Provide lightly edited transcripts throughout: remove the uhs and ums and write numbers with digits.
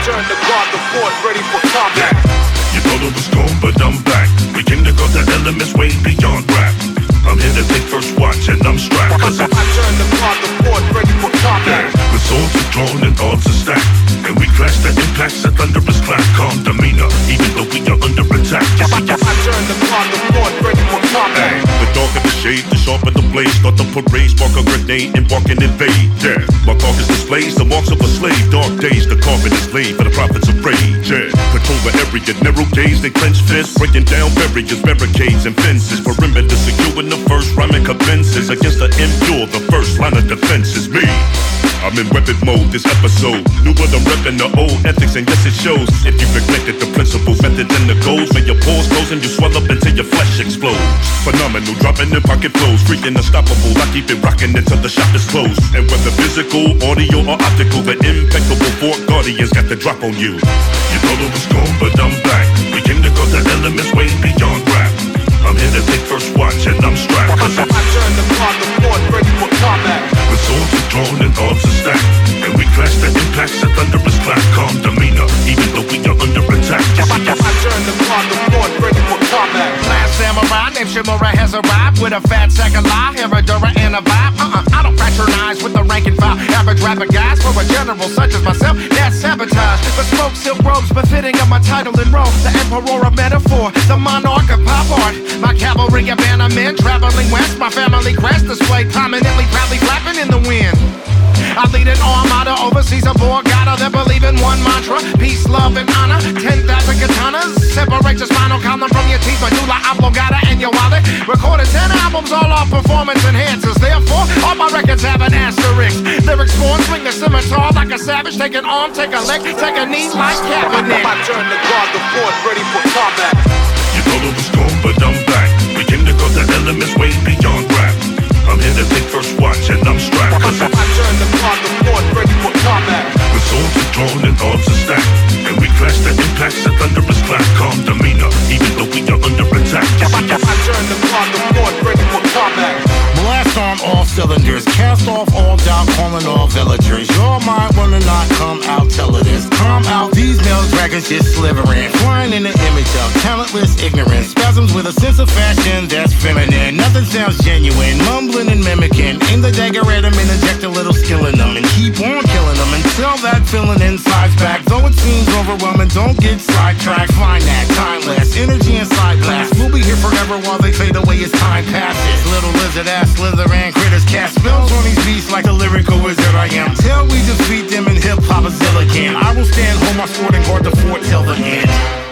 turn to guard the fort, ready for combat. You thought it was gone, but I'm back. We came to guard the elements way beyond rap. I'm here to take first watch and I'm strapped. I turn to guard the fort, ready for combat. With swords are drawn and arms are stacked, and we clash the impacts of thunderous clap. Calm demeanor, even though we are under attack. I turn to guard the fort, ready for combat. The darker the shade, the sharper the blade. Start the parade, spark a grenade, and bark and invade. Yeah, my carcass displays the marks of a slave. Dark days, the carpet is laid for the prophets of rage. Yeah, patrol the area, narrow gaze, they clench fists, breaking down barriers, barricades, and fences. Perimeter secure in the first rhyming commences. Against the impure, the first line of defense is me. I'm in weapon mode this episode. Knew what I'm repping, the old ethics, and yes it shows. If you neglected the principles, methods, and the goals, may your pores close and you swell up until your flesh explodes. Phenomenal, dropping in pocket flows, freaking unstoppable. I keep it rocking until the shop is closed. And whether physical, audio, or optical, the impeccable Fort Guardians got the drop on you. You thought it was gone, but I'm back. We came to guard the elements way beyond rap. I'm here to take first watch and I'm strapped. I turn to guard the fort, ready for combat. With swords are drawn and arms are stacked, and we clash the impacts of thunderous clap. Calm demeanor, even though we are under attack. I turn to guard the fort, ready for combat. Last samurai named Shimura has arrived with a fat sack of lie, Herodora, and a vibe. I don't fraternize with the rank and file. Average rapper guys for a general such as myself, that's sabotage. But smoke silk robes befitting of my title in Rome. The emperor of metaphor, the monarch of pop art. My cavalry of bannermen traveling west. My family crest displayed prominently, proudly flapping in the wind. I lead an armada overseas, a Borgata that believe in one mantra: peace, love, and honor. 10,000 katanas separate your spinal column from your teeth. Medulla oblongata and your wallet. Recorded 10 albums, all our performance enhancers. Therefore, all my records have an asterisk. Lyrics born, swing the scimitar like a savage. Take an arm, take a leg, take a knee like Kaepernick. I turn to guard the fort, ready for combat. You thought it was gone, but I'm back. We came to guard the elements way beyond rap. I'm here to take first watch and I'm strapped. I turn to guard the fort, ready for combat. With swords are drawn and arms are stacked, and we clash the impacts of thunderous clap. Calm demeanor, even though we are under attack. I turn to guard the fort, ready for combat. Blast on all cylinders, cast off all doubt, calling all villagers. Your mind wanna not come out, tell it is. Calm out, these male dragons just slithering, flying in the image of talentless ignorance. Spasms with a sense of fashion that's feminine. Nothing sounds genuine, mumbling and mimicking. Aim the dagger at them and inject a little skill in them, and keep on killing them until that feeling inside's back. Though it seems overwhelming, don't get sidetracked. Find that timeless energy inside blast. We'll be here forever while they fade away as time passes. Little lizard ass slither and critters cast spells on these beasts like a lyrical wizard I am. Till we defeat them in hip-hop as can. I will stand home my sword and guard the fort till the end.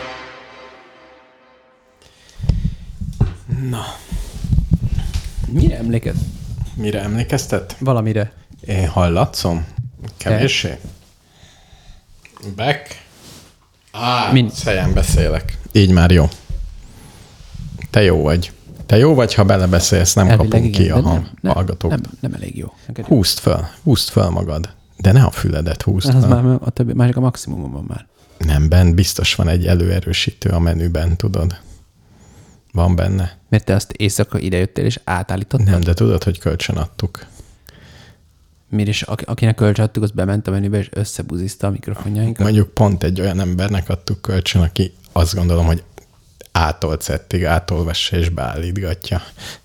Na. Mire emlékeztet? Valamire. Én hallatszom? Kevéssé? Back? Szelyen beszélek. Így már jó. Te jó vagy. Te jó vagy, ha belebeszélsz, nem elvileg kapunk igen, ki a hallgatók. Nem elég jó. Húzd fel magad. De ne a füledet húzd fel. Már a többi, másik a maximumon van már. Nem, bent biztos van egy előerősítő a menüben, tudod. Van benne. Mert te azt éjszaka idejöttél és átállítottad? Nem, de tudod, hogy kölcsön adtuk. Miért is, akinek kölcsön adtuk, az bement a menübe és összebuzizta a mikrofonjainkat? Mondjuk pont egy olyan embernek adtuk kölcsön, aki azt gondolom, hogy ától szettig átolvassa és beállítgatja.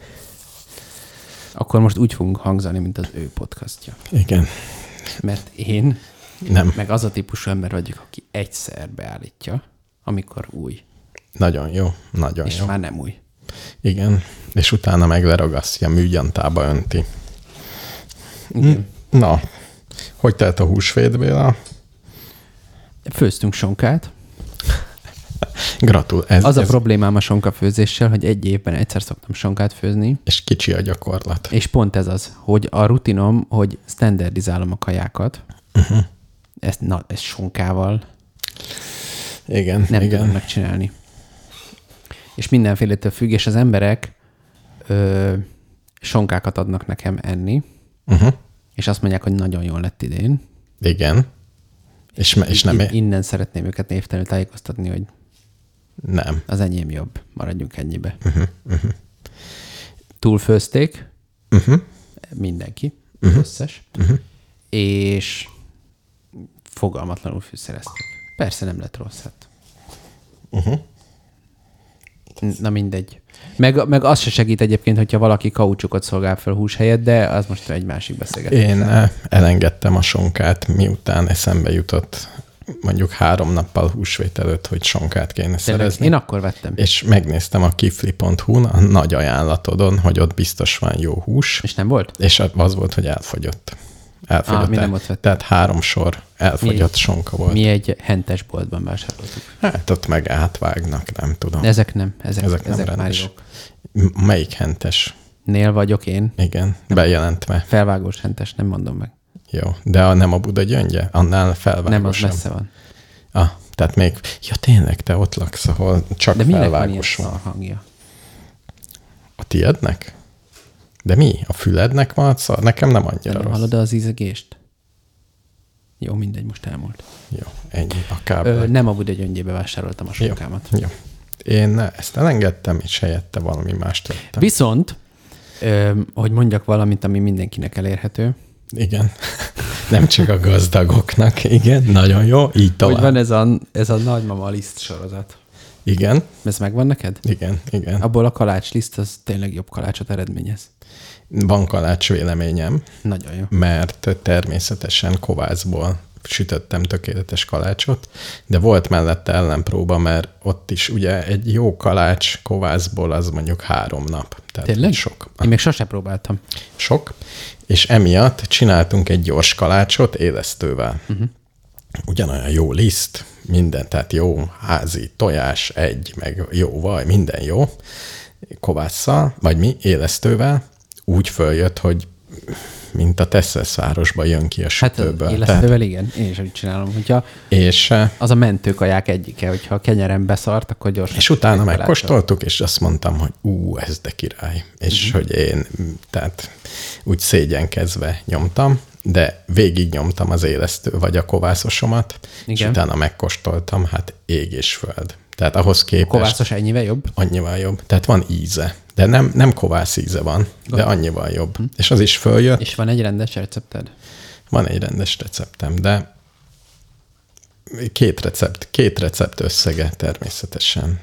Akkor most úgy fogunk hangzani, mint az ő podcastja. Igen. Mert én, nem. Meg az a típusú ember vagyok, aki egyszer beállítja, amikor új. Nagyon jó, nagyon és jó. És már nem új. Igen, és utána meg leragasztja, műgyantába önti. Igen. Na, hogy telt a húsvét, Béla? Főztünk sonkát. Gratul. Az a problémám a sonkafőzéssel, hogy egy évben egyszer szoktam sonkát főzni. És kicsi a gyakorlat. És pont ez az, hogy a rutinom, hogy standardizálom a kajákat. Uh-huh. Ezt sonkával igen, nem igen. tudom megcsinálni. És mindenfélétől függ, és az emberek sonkákat adnak nekem enni, és azt mondják, hogy nagyon jól lett idén. Igen. És nem... Innen szeretném őket névtelenül tájékoztatni, hogy nem. Az enyém jobb. Maradjunk ennyibe. Túlfőzték. Mindenki. Összes. És fogalmatlanul fűszerezték. Persze nem lett rossz, hát. Na mindegy. Meg az se segít egyébként, hogyha valaki kaucsukot szolgál fel hús helyett, de az most egy másik beszélgetés. Én elengedtem a sonkát, miután eszembe jutott mondjuk 3 nappal húsvét előtt, hogy sonkát kéne szerezni. Én akkor vettem. És megnéztem a kifli.hu-n a nagy ajánlatodon, hogy ott biztos van jó hús. És nem volt? És az volt, hogy elfogyott. Mi nem ott vettem. Tehát 3 sor elfogyott sonka volt. Mi egy hentes boltban vásároltuk. Hát ott meg átvágnak, nem tudom. Ezek nem. Ezek nem már rendes. jók. Melyik hentes? Nél vagyok én. Igen, bejelentve. Felvágós hentes, nem mondom meg. Jó, de nem a Buda Gyöngye? Annál felvágós. Nem, az messze van. Tehát még... Ja, tényleg, te ott laksz, ahol csak de felvágós van. De van. minek van ilyen szar hangja? A tiednek? De mi? A fülednek van szar? Nekem nem annyira nem rossz. hallod az ízegést? Jó, mindegy, most elmúlt. Jó, ennyi a kábel. Nem a Buda Gyöngyébe vásároltam a sonkámat. Jó. Én ezt elengedtem, és helyette valami mást vettem. Viszont, hogy mondjak valamit, ami mindenkinek elérhető. Igen. Nem csak a gazdagoknak. Igen, nagyon jó. Így tovább. Hogy van ez a Nagymama liszt sorozat. Igen. Ez megvan neked? Igen. Abból a kalács liszt az tényleg jobb kalácsot eredményez. Van kalács véleményem. Nagyon jó. Mert természetesen kovászból sütöttem tökéletes kalácsot, de volt mellette ellenpróba, mert ott is ugye egy jó kalács kovászból az mondjuk 3 nap. Tehát tényleg? Sok. Én még sose próbáltam. Sok. És emiatt csináltunk egy gyors kalácsot élesztővel. Ugyanolyan jó liszt, minden, tehát jó házi tojás, meg jó vaj, minden jó. Kovásszal, vagy mi, élesztővel. Úgy följött, hogy mint a Tesszeszvárosba jön ki a sütőből. Hát élesztővel igen, én is úgy csinálom. Hogyha és, az a mentőkaják egyike, hogyha a kenyerem beszart, akkor gyorsan. És utána megkóstoltuk, és azt mondtam, hogy ez de király. És hogy én, tehát úgy szégyenkezve nyomtam, de végig nyomtam az élesztő, vagy a kovászosomat, és utána megkóstoltam, hát ég és föld. Tehát ahhoz képest... A kovászos ennyivel jobb? Annyival jobb. Tehát van íze. De nem kovász íze van, de annyival jobb. És az is följött. És van egy rendes recepted? Van egy rendes receptem, de két recept összege természetesen.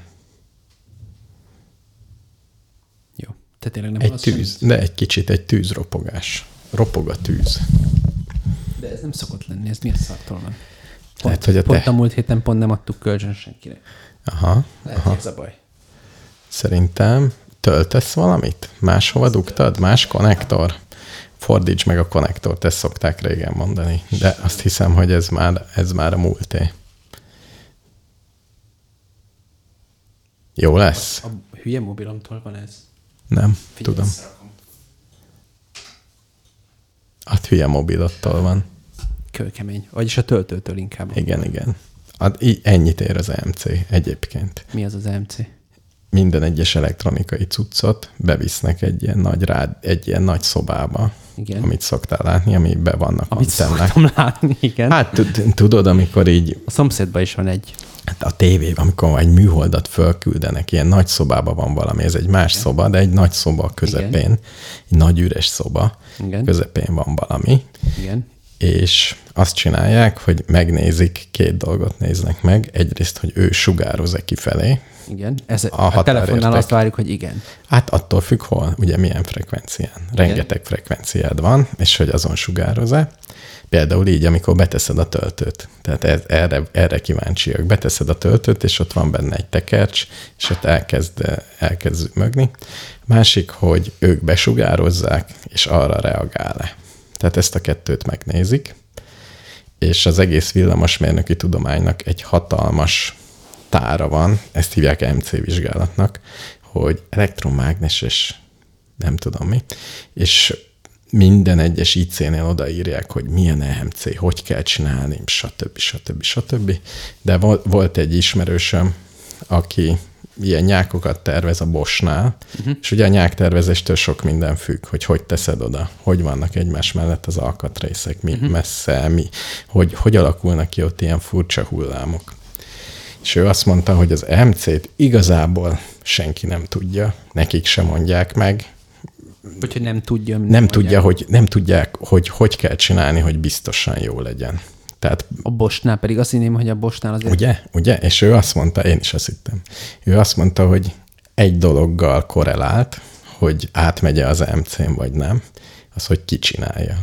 Jó. Te tényleg nem egy tűz, de egy kicsit egy tűzropogás. Ropog a tűz. De ez nem szokott lenni, ez miért szartól van? Pont a múlt héten nem adtuk kölcsön senkinek. Lehet, ez a baj. Szerintem töltesz valamit? Máshova dugtad? Más konnektor? Fordíts meg a konnektort, ezt szokták régen mondani. De azt hiszem, hogy ez már a múlté. Jó lesz? A hülye mobilomtól van ez? Nem, tudom. A hülye mobilottól van. Kőkemény. Vagyis a töltőtől inkább. Igen. Ennyit ér az EMC egyébként. Mi az az EMC? Minden egyes elektronikai cuccot bevisznek egy ilyen nagy szobába, igen. Amit szoktál látni, amiben vannak antennák. Szoktam látni, igen. Hát tudod, amikor így... A szomszédban is van egy. Hát a tévében, amikor egy műholdat fölküldenek, ilyen nagy szobában van valami, ez egy más szoba, de egy nagy szoba közepén, igen. Egy nagy üres szoba, igen. Közepén van valami. Igen. És azt csinálják, hogy megnézik, 2 dolgot néznek meg. Egyrészt, hogy ő sugároz-e kifelé. Igen. A telefonnál azt várjuk, hogy igen. Hát attól függ, hol, ugye milyen frekvencián. Igen. Rengeteg frekvenciád van, és hogy azon sugároz-e. Például így, amikor beteszed a töltőt. Tehát erre kíváncsiak. Beteszed a töltőt, és ott van benne egy tekercs, és ott elkezd mögni. Másik, hogy ők besugározzák, és arra reagál-e. Tehát ezt a 2-t megnézik, és az egész villamosmérnöki tudománynak egy hatalmas tára van, ezt hívják MC vizsgálatnak, hogy elektromágneses, nem tudom mi, és minden egyes IC-nél odaírják, hogy milyen EMC, hogy kell csinálni, stb. De volt egy ismerősöm, aki ilyen nyákokat tervez a Boschnál, és ugye a nyáktervezéstől sok minden függ, hogy teszed oda, hogy vannak egymás mellett az alkatrészek, mi messze, hogy alakulnak ki ott ilyen furcsa hullámok. És ő azt mondta, hogy az EMC-t igazából senki nem tudja, nekik sem mondják meg. Hogy nem tudja. Nem tudják, hogy kell csinálni, hogy biztosan jó legyen. Tehát, a Boschnál pedig azt hinném, hogy a Boschnál azért... Ugye? És ő azt mondta, én is azt hittem, ő azt mondta, hogy egy dologgal korrelált, hogy átmegy-e az MC-n vagy nem, az, hogy ki csinálja.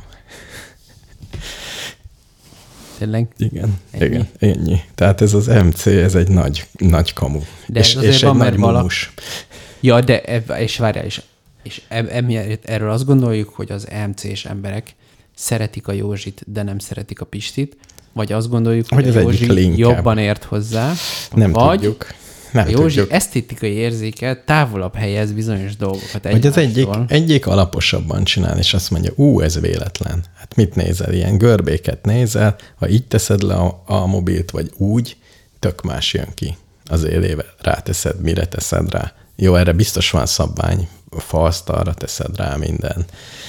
Tényleg? Igen, ennyi. Tehát ez az MC, ez egy nagy kamu. De és egy van, nagy mumus. Ja, de és várjál is. És erről azt gondoljuk, hogy az MC-s emberek szeretik a Józsit, de nem szeretik a Pistit, vagy azt gondoljuk, hogy a Józsi jobban ért hozzá, nem vagy tudjuk. Nem a Józsi tudjuk. esztétikai érzéke távolabb helyez bizonyos dolgokat. Vagy az egyik alaposabban csinál, és azt mondja, ez véletlen. Hát mit nézel? Ilyen görbéket nézel, ha így teszed le a mobilt, vagy úgy, tök más jön ki az élével. Ráteszed, mire teszed rá. Jó, erre biztos van szabvány, a faasztalra teszed rá minden.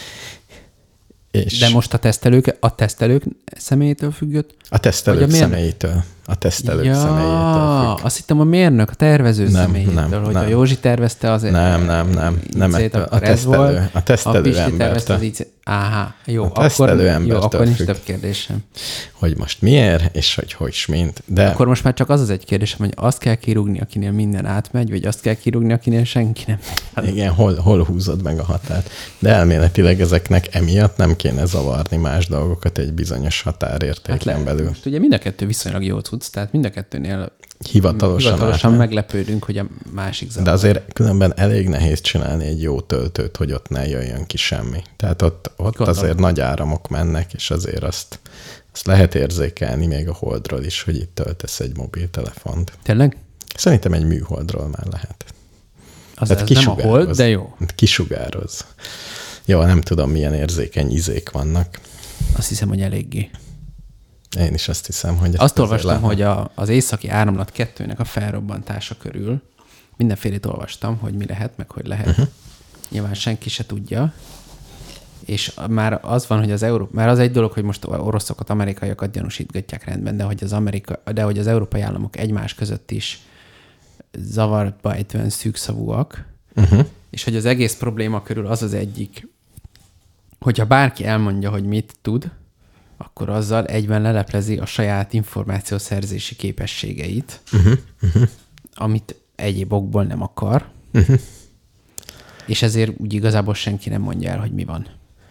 És de most a tesztelők személyétől függött? A tesztelők személyétől. A tesztelők személyétől függ. Azt hittem a mérnök, a tervező személyétől, hogy a Józsi tervezte az nem a tesztelő embertől. Jó, akkor nincs több kérdésem. Hogy most miért, és hogy mint. De... Akkor most már csak az egy kérdésem, hogy azt kell kirúgni, akinél minden átmegy, vagy azt kell kirúgni, akinél senki nem megy. Igen, hol húzod meg a határt. De elméletileg ezeknek emiatt nem kéne zavarni más dolgokat egy bizonyos határértéken belül. Most ugye mind a kettő viszonylag jó cucc, tehát mind a kettőnél hivatalosan meglepődünk, hogy a másik zavar. De azért különben elég nehéz csinálni egy jó töltőt, hogy ott ne jöjjön ki semmi. Tehát ott azért nagy áramok mennek, és azért azt lehet érzékelni még a Holdról is, hogy itt töltesz egy mobiltelefont. Tényleg? Szerintem egy műholdról már lehet. Ez nem a Hold, de jó. Kisugároz. Jó, nem tudom, milyen érzékeny izék vannak. Azt hiszem, hogy eléggé. Én is azt hiszem, hogy... Azt olvastam, hogy az északi áramlat 2-nek a felrobbantása körül mindenfélét olvastam, hogy mi lehet, meg hogy lehet. Nyilván senki se tudja. És már az van, hogy már az egy dolog, hogy most oroszokat, amerikaiakat gyanúsítgatják rendben, de hogy az európai államok egymás között is zavarba ejtően szűkszavúak, és hogy az egész probléma körül az egyik, hogyha bárki elmondja, hogy mit tud, akkor azzal egyben leleplezi a saját információszerzési képességeit, amit egyéb okból nem akar, és ezért úgy igazából senki nem mondja el, hogy mi van.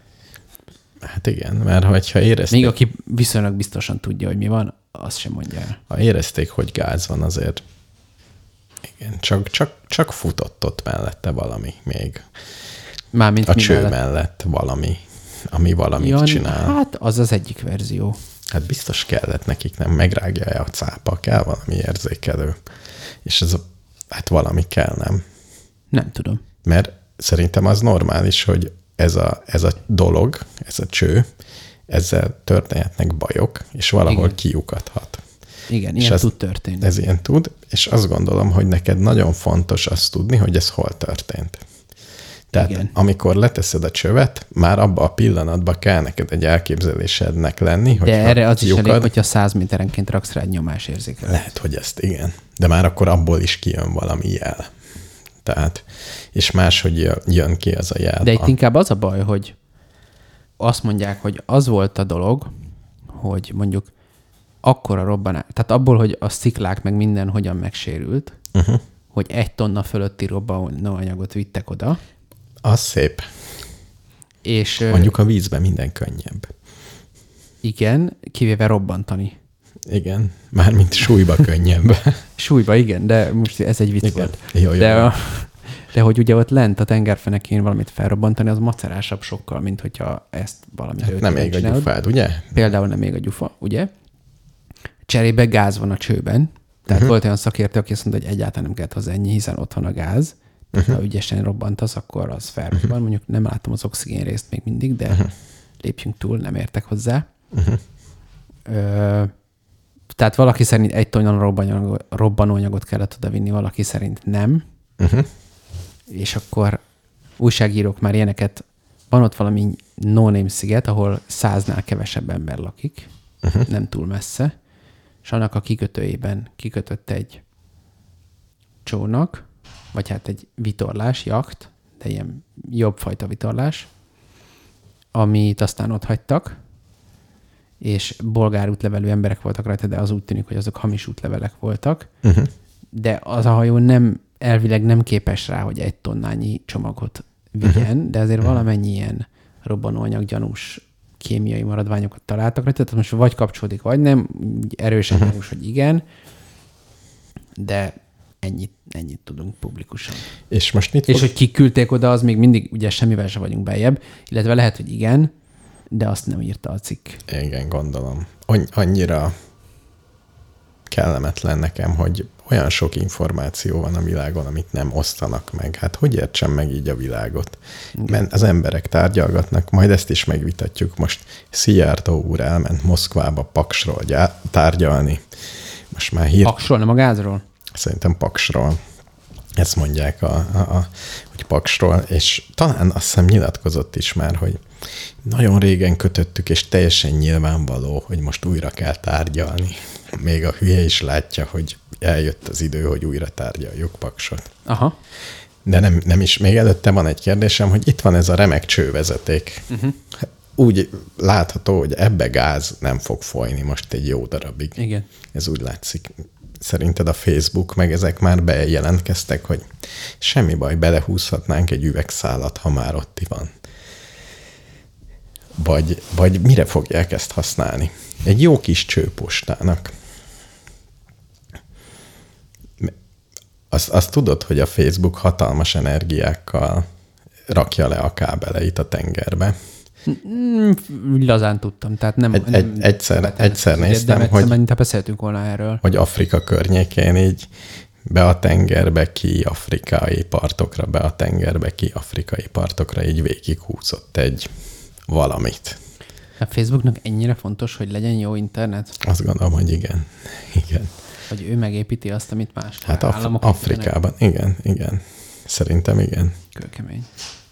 Hát igen, mert hogyha érezték... Még aki viszonylag biztosan tudja, hogy mi van, azt sem mondja el. Ha érezték, hogy gáz van, azért igen, csak futott ott mellette valami még. Mármint a cső mellett valami, ami valamit csinál. Hát az egyik verzió. Hát biztos kellett nekik, nem megrágja a cápa, kell valami érzékelő. És hát valami kell, nem? Nem tudom. Mert szerintem az normális, hogy ez a dolog, ez a cső, ezzel történhetnek bajok, és valahol kiukadhat. Igen, ilyen tud történni. Ez ilyen tud, és azt gondolom, hogy neked nagyon fontos azt tudni, hogy ez hol történt. Tehát amikor leteszed a csövet, már abban a pillanatban kell neked egy elképzelésednek lenni. De erre az is elég, hogyha 100 méterenként raksz rá egy nyomásérzékelőt. Lehet, hogy ezt igen. De már akkor abból is kijön valami jel. Tehát, és máshogy jön ki az a jel. De itt inkább az a baj, hogy azt mondják, hogy az volt a dolog, hogy mondjuk akkora robbanás, tehát abból, hogy a sziklák meg minden hogyan megsérült, hogy 1 tonna fölötti robbanóanyagot vittek oda. Az szép. És mondjuk a vízben minden könnyebb. Igen, kivéve robbantani. Igen, mármint súlyba könnyebb. Súlyba, igen, de most ez egy vicc volt. Jó. De hogy ugye ott lent a tengerfenekén valamit felrobbantani, az macerásabb sokkal, mint hogyha ezt valamit hát nem ég a gyufád, ugye? Például nem ég a gyufa, ugye? Cserébe gáz van a csőben. Tehát volt olyan szakértő, aki azt mondta, hogy egyáltalán nem kellett hozzá ennyi, hiszen ott van a gáz. Ha ügyesen robbantasz, akkor az felrobban. Mondjuk nem látom az oxigén részt még mindig, de lépjünk túl, nem értek hozzá. Tehát valaki szerint 1 tonna robbanóanyagot kellett odavinni, valaki szerint nem. És akkor újságírók már ilyeneket, van ott valami no-name sziget, ahol 100-nál kevesebb ember lakik, nem túl messze, és annak a kikötőjében kikötött egy csónak, vagy hát egy vitorlás, jacht, de ilyen jobb fajta vitorlás, amit aztán ott hagytak, és bolgár útlevelű emberek voltak rajta, de az úgy tűnik, hogy azok hamis útlevelek voltak. De az a hajó elvileg nem képes rá, hogy 1 tonnányi csomagot vigyen, de azért valamennyi ilyen robbanóanyag gyanús kémiai maradványokat találtak rajta, tehát most vagy kapcsolódik, vagy nem, erősen gyanús, hogy igen, de ennyit tudunk publikusan. És most mit És hogy kiküldték oda, az még mindig ugye semmivel se vagyunk beljebb, illetve lehet, hogy igen, de azt nem írta a cikk. Igen, gondolom. Annyira kellemetlen nekem, hogy olyan sok információ van a világon, amit nem osztanak meg. Hát hogy értsem meg így a világot? Mert az emberek tárgyalgatnak, majd ezt is megvitatjuk. Most Szijjártó úr elment Moszkvába Paksról tárgyalni. Most már Paksról, nem a gázról? Szerintem Paksról. Ezt mondják, hogy Paksról, és talán azt hiszem nyilatkozott is már, hogy nagyon régen kötöttük, és teljesen nyilvánvaló, hogy most újra kell tárgyalni. Még a hülye is látja, hogy eljött az idő, hogy újra tárgyaljuk Paksot. Aha. De nem is, még előtte van egy kérdésem, hogy itt van ez a remek csővezeték. Úgy látható, hogy ebbe gáz nem fog folyni most egy jó darabig. Igen. Ez úgy látszik. Szerinted a Facebook, meg ezek már bejelentkeztek, hogy semmi baj, belehúzhatnánk egy üvegszálat, ha már ott van. Vagy mire fogják ezt használni? Egy jó kis csőpostának. Azt tudod, hogy a Facebook hatalmas energiákkal rakja le a kábeleit a tengerbe? Lazán tudtam, tehát nem... Egyszer néztem, hogy beszéltünk volna erről. Hogy Afrika környékén így be a tengerbe, ki afrikai partokra, be a tengerbe, ki afrikai partokra, így végighúzott egy valamit. A Facebooknak ennyire fontos, hogy legyen jó internet? Azt gondolom, hogy igen. Igen. Hogy ő megépíti azt, amit más hát Afrikában, igen. Szerintem igen. Kőkemény.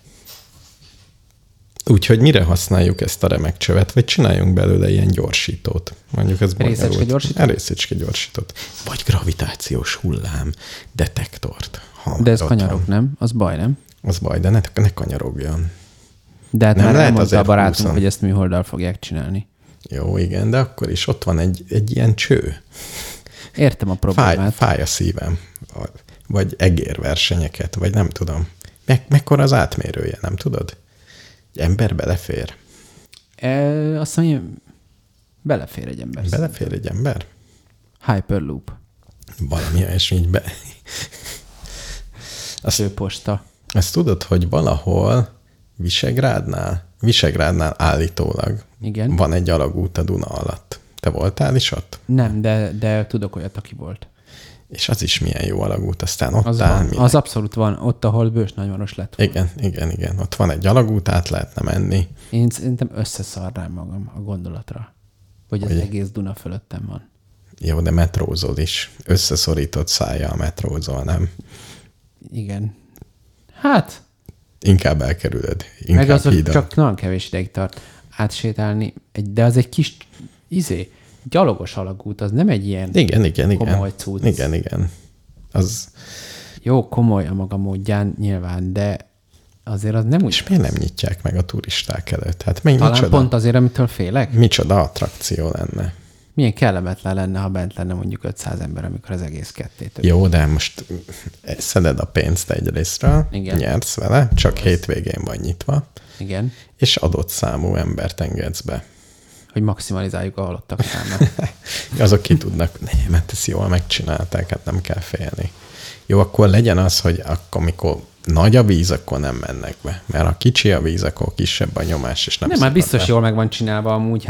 Úgyhogy mire használjuk ezt a remek csövet, vagy csináljunk belőle ilyen gyorsítót? Mondjuk ez részecske gyorsítót? Részecske gyorsítót. Vagy gravitációs hullám detektort. De ez kanyarog, nem? Az baj, nem? Az baj, de ne kanyarogjon. De hát nem már elmondta a barátunk, hogy ezt műholddal fogják csinálni. Jó, igen, de akkor is ott van egy ilyen cső. Értem a problémát. Fáj a szívem. Vagy egérversenyeket, vagy nem tudom. Mekkora az átmérője, nem tudod? Egy ember belefér? Azt mondja, belefér egy ember. Belefér egy ember? Hyperloop. Valami és így be... Csőposta. Azt tudod, hogy valahol Visegrádnál állítólag igen. Van egy alagút a Duna alatt. Te voltál is ott? Nem, de tudok olyat, aki volt. És az is milyen jó alagút, aztán ott az abszolút van, ott, ahol Bős nagyváros lett. Igen. Ott van egy alagút, át lehetne menni. Én szerintem összeszarrám magam a gondolatra, hogy az egész Duna fölöttem van. Jó, de metrózol is. Összeszorított szájjal metrózol, nem? Igen. Hát... Inkább elkerülöd. Meg az csak nagyon kevés ideig tart átsétálni, de az egy kis gyalogos alagút, az nem egy ilyen komoly cucc. Igen. Az... Jó, komoly a maga módján nyilván, de azért az nem úgy... És miért nem nyitják meg a turisták előtt? Hát talán pont azért, amitől félek? Micsoda attrakció lenne. Milyen kellemetlen lenne, ha bent lenne mondjuk 500 ember, amikor az egész ketté. Jó, de most szeded a pénzt egy részről, nyersz vele, csak hétvégén van nyitva. Igen. És adott számú embert engedsz be. Hogy maximalizáljuk a halottak számát. Azok ki tudnak, mert ezt jól megcsinálták, hát nem kell félni. Jó, akkor legyen az, hogy akkor, amikor nagy a víz, akkor nem mennek be. Mert ha kicsi a víz, akkor kisebb a nyomás, és nem már biztos jól meg van csinálva amúgy,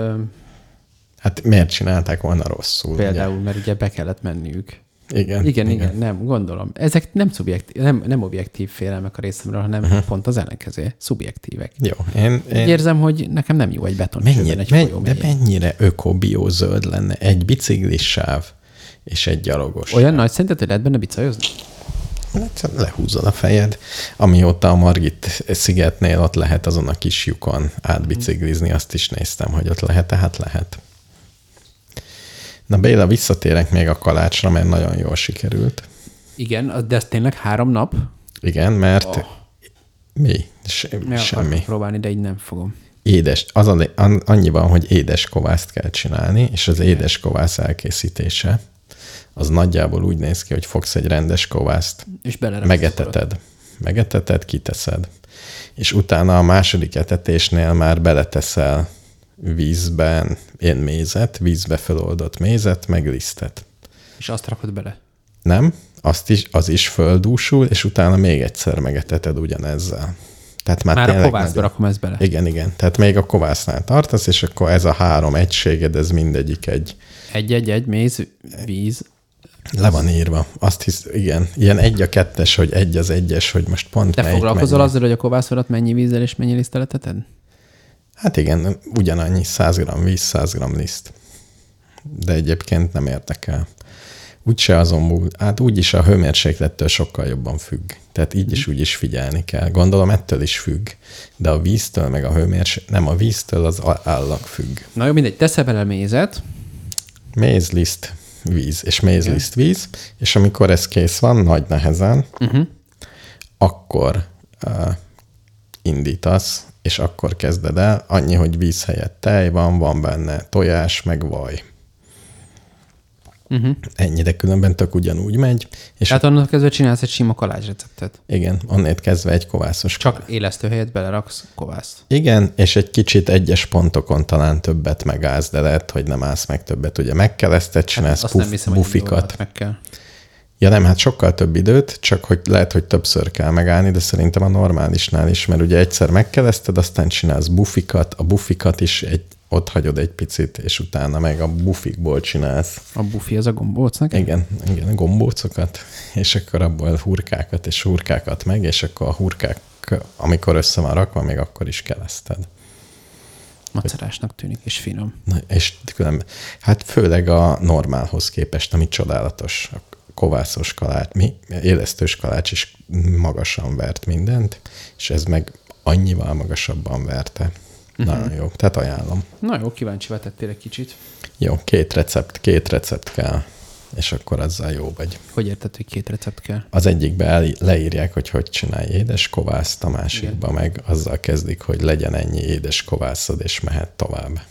Hát miért csinálták volna rosszul? Például, ugye? Mert ugye be kellett menniük. Igen, nem, gondolom. Ezek nem objektív félelmek a részemről, hanem pont az ellenkező, szubjektívek. Jó, én érzem, hogy nekem nem jó egy betoncsőben, egy folyó de mennyire öko-biozöld lenne egy biciklis sáv és egy gyalogos. Olyan nagy szerinted, hogy lehet benne bicajozni? Lehúzod a fejed. Amióta a Margit szigetnél ott lehet azon a kis lyukon átbiciklizni, azt is néztem, hogy ott lehet, tehát lehet. Na Béla, visszatérek még a kalácsra, mert nagyon jól sikerült. Igen, de ez tényleg 3 nap? Igen, mert... Mi? Semmi. Akarok próbálni, de így nem fogom. édes, annyi van, hogy édeskovászt kell csinálni, és az édeskovász elkészítése az nagyjából úgy néz ki, hogy fogsz egy rendes kovászt, És megeteted, kiteszed. És utána a második etetésnél már beleteszel vízbe vízbe feloldott mézet, meg lisztet. És azt rakod bele. Nem, az is földúsul, és utána még egyszer megeteted ugyanezzel. Tehát már a kovászba rakom ezt bele. Igen. Tehát még a kovásznál tartasz, és akkor ez a 3 egységed, ez mindegyik egy. Egy, méz, víz. Le van írva. Azt hisz, igen. Ilyen 1 a 2-es, hogy 1 az 1-es, hogy most pont Te foglalkozol azzal, hogy a kovászodat mennyi vízzel és mennyi liszttel eteted? Hát igen, ugyanannyi, 100 g víz, 100 g liszt. De egyébként nem érdekel. Úgyse azon, úgyis a hőmérséklettől sokkal jobban függ. Tehát így is úgy is figyelni kell. Gondolom ettől is függ, de a víztől meg a nem a víztől az állag függ. Na jó, mindegy, teszel bele mézet. Méz, liszt, víz, és méz, liszt, víz, és amikor ez kész van, nagy nehezen, akkor indítasz, és akkor kezded el, annyi, hogy víz helyett tej van benne tojás, meg vaj. Ennyi, de különben tök ugyanúgy megy. És tehát onnan kezdve csinálsz egy sima kalácsreceptet. Igen, onnét kezdve egy kovászos. Csak élesztő helyett beleraksz kovászt. Igen, és egy kicsit egyes pontokon talán többet megállsz, de lehet, hogy nem állsz meg többet. Ugye megkeleszted, csinálsz bufikat. Meg kell. Ja nem, hát sokkal több időt, csak hogy lehet, hogy többször kell megállni, de szerintem a normálisnál is, mert ugye egyszer megkeleszted, aztán csinálsz bufikat, a bufikat is ott hagyod egy picit, és utána meg a bufikból csinálsz. A bufi az a gombócnak? Igen, a gombócokat, és akkor abból hurkákat és hurkákat meg, és akkor a hurkák, amikor össze van rakva, még akkor is keleszted. Macerásnak tűnik, és finom. Na, és különben, hát főleg a normálhoz képest, ami csodálatos. A kovászos kalács, élesztős kalács is magasan vert mindent, és ez meg annyival magasabban verte. Nagyon jó, tehát ajánlom. Na jó, kíváncsi vetettél egy kicsit. Jó, két recept kell, és akkor azzal jó vagy. Hogy érted, hogy 2 recept kell? Az egyikbe leírják, hogy csinálj édeskovászt, a másikba meg azzal kezdik, hogy legyen ennyi édeskovászod, és mehet tovább.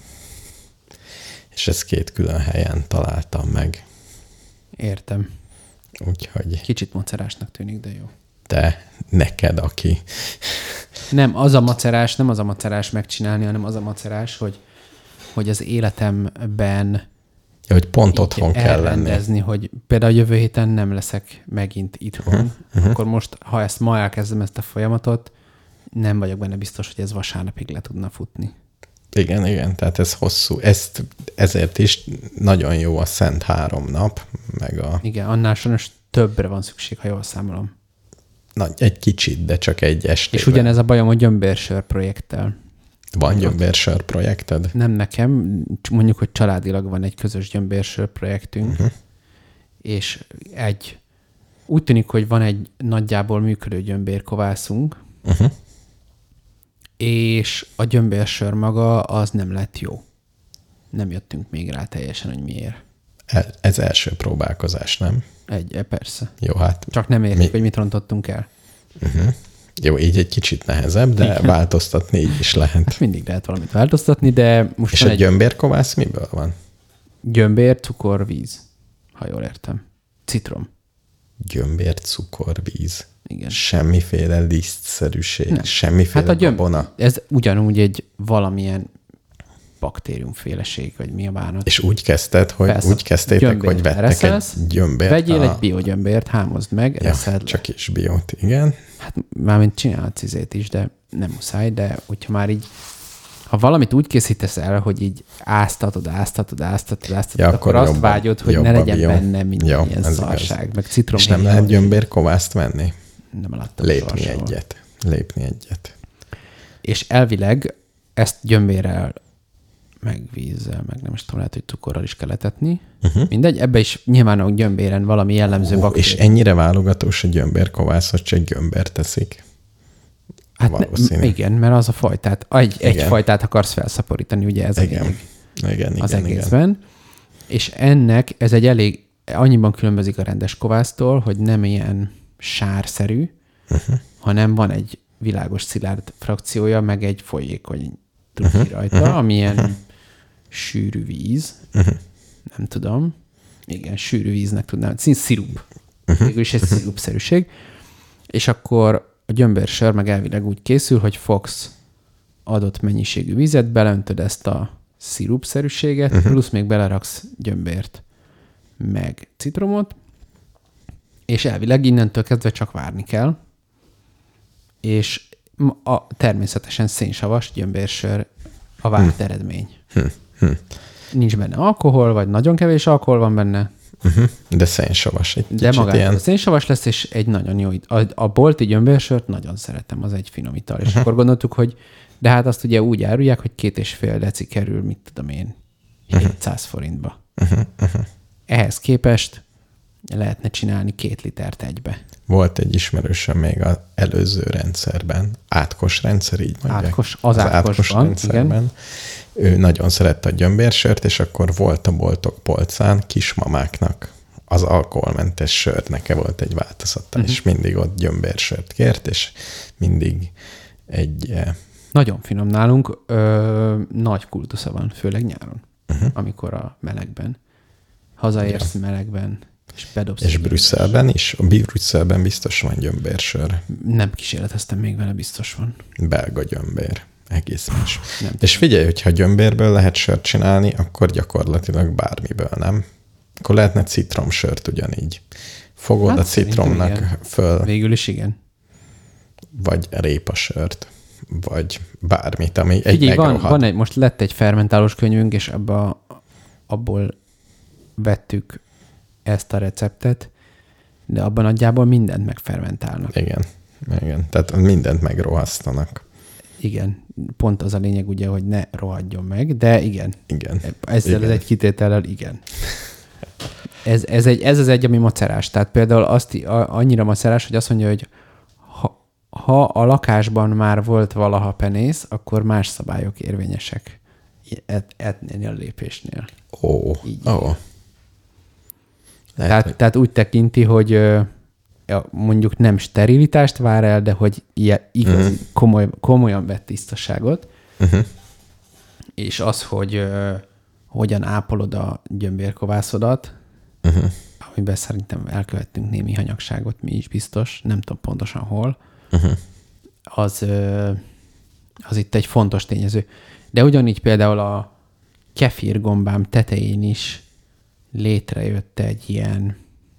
És ezt 2 külön helyen találtam meg. Értem. Úgyhogy... Kicsit macerásnak tűnik, de jó. De neked, aki... Nem az a macerás megcsinálni, hanem az a macerás, hogy az életemben hogy pont otthon kell lenni. Hogy például jövő héten nem leszek megint itthon, akkor most, ha ma elkezdem ezt a folyamatot, nem vagyok benne biztos, hogy ez vasárnapig le tudna futni. Igen, tehát ez hosszú. Ezért is nagyon jó a Szent 3 nap, meg a... Igen, annál sajnos többre van szükség, ha jól számolom. Egy kicsit, de csak egy estében. És ugyanez a bajom a gyömbérsör projekttel. Van gyömbérsör projekted? Nem nekem, mondjuk, hogy családilag van egy közös gyömbérsör projektünk, és úgy tűnik, hogy van egy nagyjából működő gyömbérkovászunk, és a gyömbérsör maga az nem lett jó. Nem jöttünk még rá teljesen, hogy miért. Ez első próbálkozás, nem? Persze. Jó, hát... Csak nem értjük, hogy mit rontottunk el. Jó, így egy kicsit nehezebb, de igen. Változtatni így is lehet. Hát mindig lehet valamit változtatni, de most és a gyömbérkovász miből van? Gyömbér, cukor, víz. Ha jól értem. Citrom. Gyömbér, cukor, víz. Igen. Semmiféle lisztszerűség, semmiféle babona. Ez ugyanúgy egy valamilyen baktériumféleség, vagy mi a bánat. És úgy kezdted, hogy úgy kezdtétek, hogy vettek egy gyömbért. Vegyél egy biogyömbért, hámozd meg, reszeld le. Csak is biót, igen. Hát mármint csinálhatsz izét is, de nem muszáj, de hogyha már így, ha valamit úgy készítesz el, hogy így áztatod, akkor azt jobban, vágyod, hogy ne legyen benne minden ilyen szarság, meg citrom. És nem lehet gyömbérkovászt venni? Nem láttam. Lépni egyet. És elvileg ezt gyömbérrel, meg vízzel, meg nem is tudom, lehet, hogy cukorral is kell etetni. Mindegy, ebbe is nyilván a gyömbéren valami jellemző baktérium. És ennyire válogatós a gyömbérkovász, hogy csak gyömbért teszik? Hát igen, mert az a fajtát, egy fajtát akarsz felszaporítani, ugye ez az egészben. És ennek ez egy elég, annyiban különbözik a rendes kovásztól, hogy nem ilyen sárszerű, hanem van egy világos szilárd frakciója, meg egy folyékony trükki rajta, amilyen sűrű víz. Nem tudom. Igen, sűrű víznek tudnám. Szirup. Végül is egy szirupszerűség. És akkor a gyömbérsör meg elvileg úgy készül, hogy fogsz adott mennyiségű vizet, belöntöd ezt a szirupszerűséget, plusz még beleraksz gyömbért, meg citromot, és elvileg innentől kezdve csak várni kell, és természetesen szénsavas gyömbérsör a várt eredmény. Nincs benne alkohol, vagy nagyon kevés alkohol van benne. De szénsavas. De magától szénsavas lesz, és egy nagyon jó... A bolti gyömbérsört nagyon szeretem, az egy finom ital. És akkor gondoltuk, hogy de hát azt ugye úgy árulják, hogy 2,5 deci kerül, mit tudom én, 700 forintba. Ehhez képest lehetne csinálni 2 litert egybe. Volt egy ismerősöm még az előző rendszerben, átkos rendszer, így mondják. Az átkos rendszerben. Igen. Ő nagyon szerette a gyömbérsört, és akkor volt a boltok polcán kismamáknak az alkoholmentes sört, neki volt egy változata, és mindig ott gyömbérsört kért, és mindig egy... Nagyon finom nálunk, nagy kultusza van, főleg nyáron, amikor a melegben. Hazaérsz melegben, és bedobsz. És Brüsszelben is? A Brüsszelben biztos van gyömbérsör. Nem kísérleteztem még vele, biztos van. Belga gyömbér. Egész más. És figyelj, hogyha gyömbérből lehet sört csinálni, akkor gyakorlatilag bármiből, nem? Akkor lehetne citromsört ugyanígy. Fogod a citromnak föl. Végül is igen. Vagy répasört. Vagy bármit, ami egy figyelj, megrohad. most lett egy fermentálós könyvünk, és abból vettük ezt a receptet, de abban nagyjából mindent megfermentálnak. Igen. Tehát mindent megrohasztanak. Igen. Pont az a lényeg ugye, hogy ne rohadjon meg, de igen. Ezzel igen. egy kitétellel igen. Ez az egy, ami macerás. Tehát például annyira macerás, hogy azt mondja, hogy ha a lakásban már volt valaha penész, akkor más szabályok érvényesek ennél a lépésnél. Tehát úgy tekinti, hogy mondjuk nem sterilitást vár el, de hogy igazi, komolyan vett tisztaságot, és az, hogy hogyan ápolod a gyömbérkovászodat, amiben szerintem elkövettünk némi hanyagságot, mi is biztos, nem tudom pontosan hol, az itt egy fontos tényező. De ugyanígy például a kefirgombám tetején is létrejött egy ilyen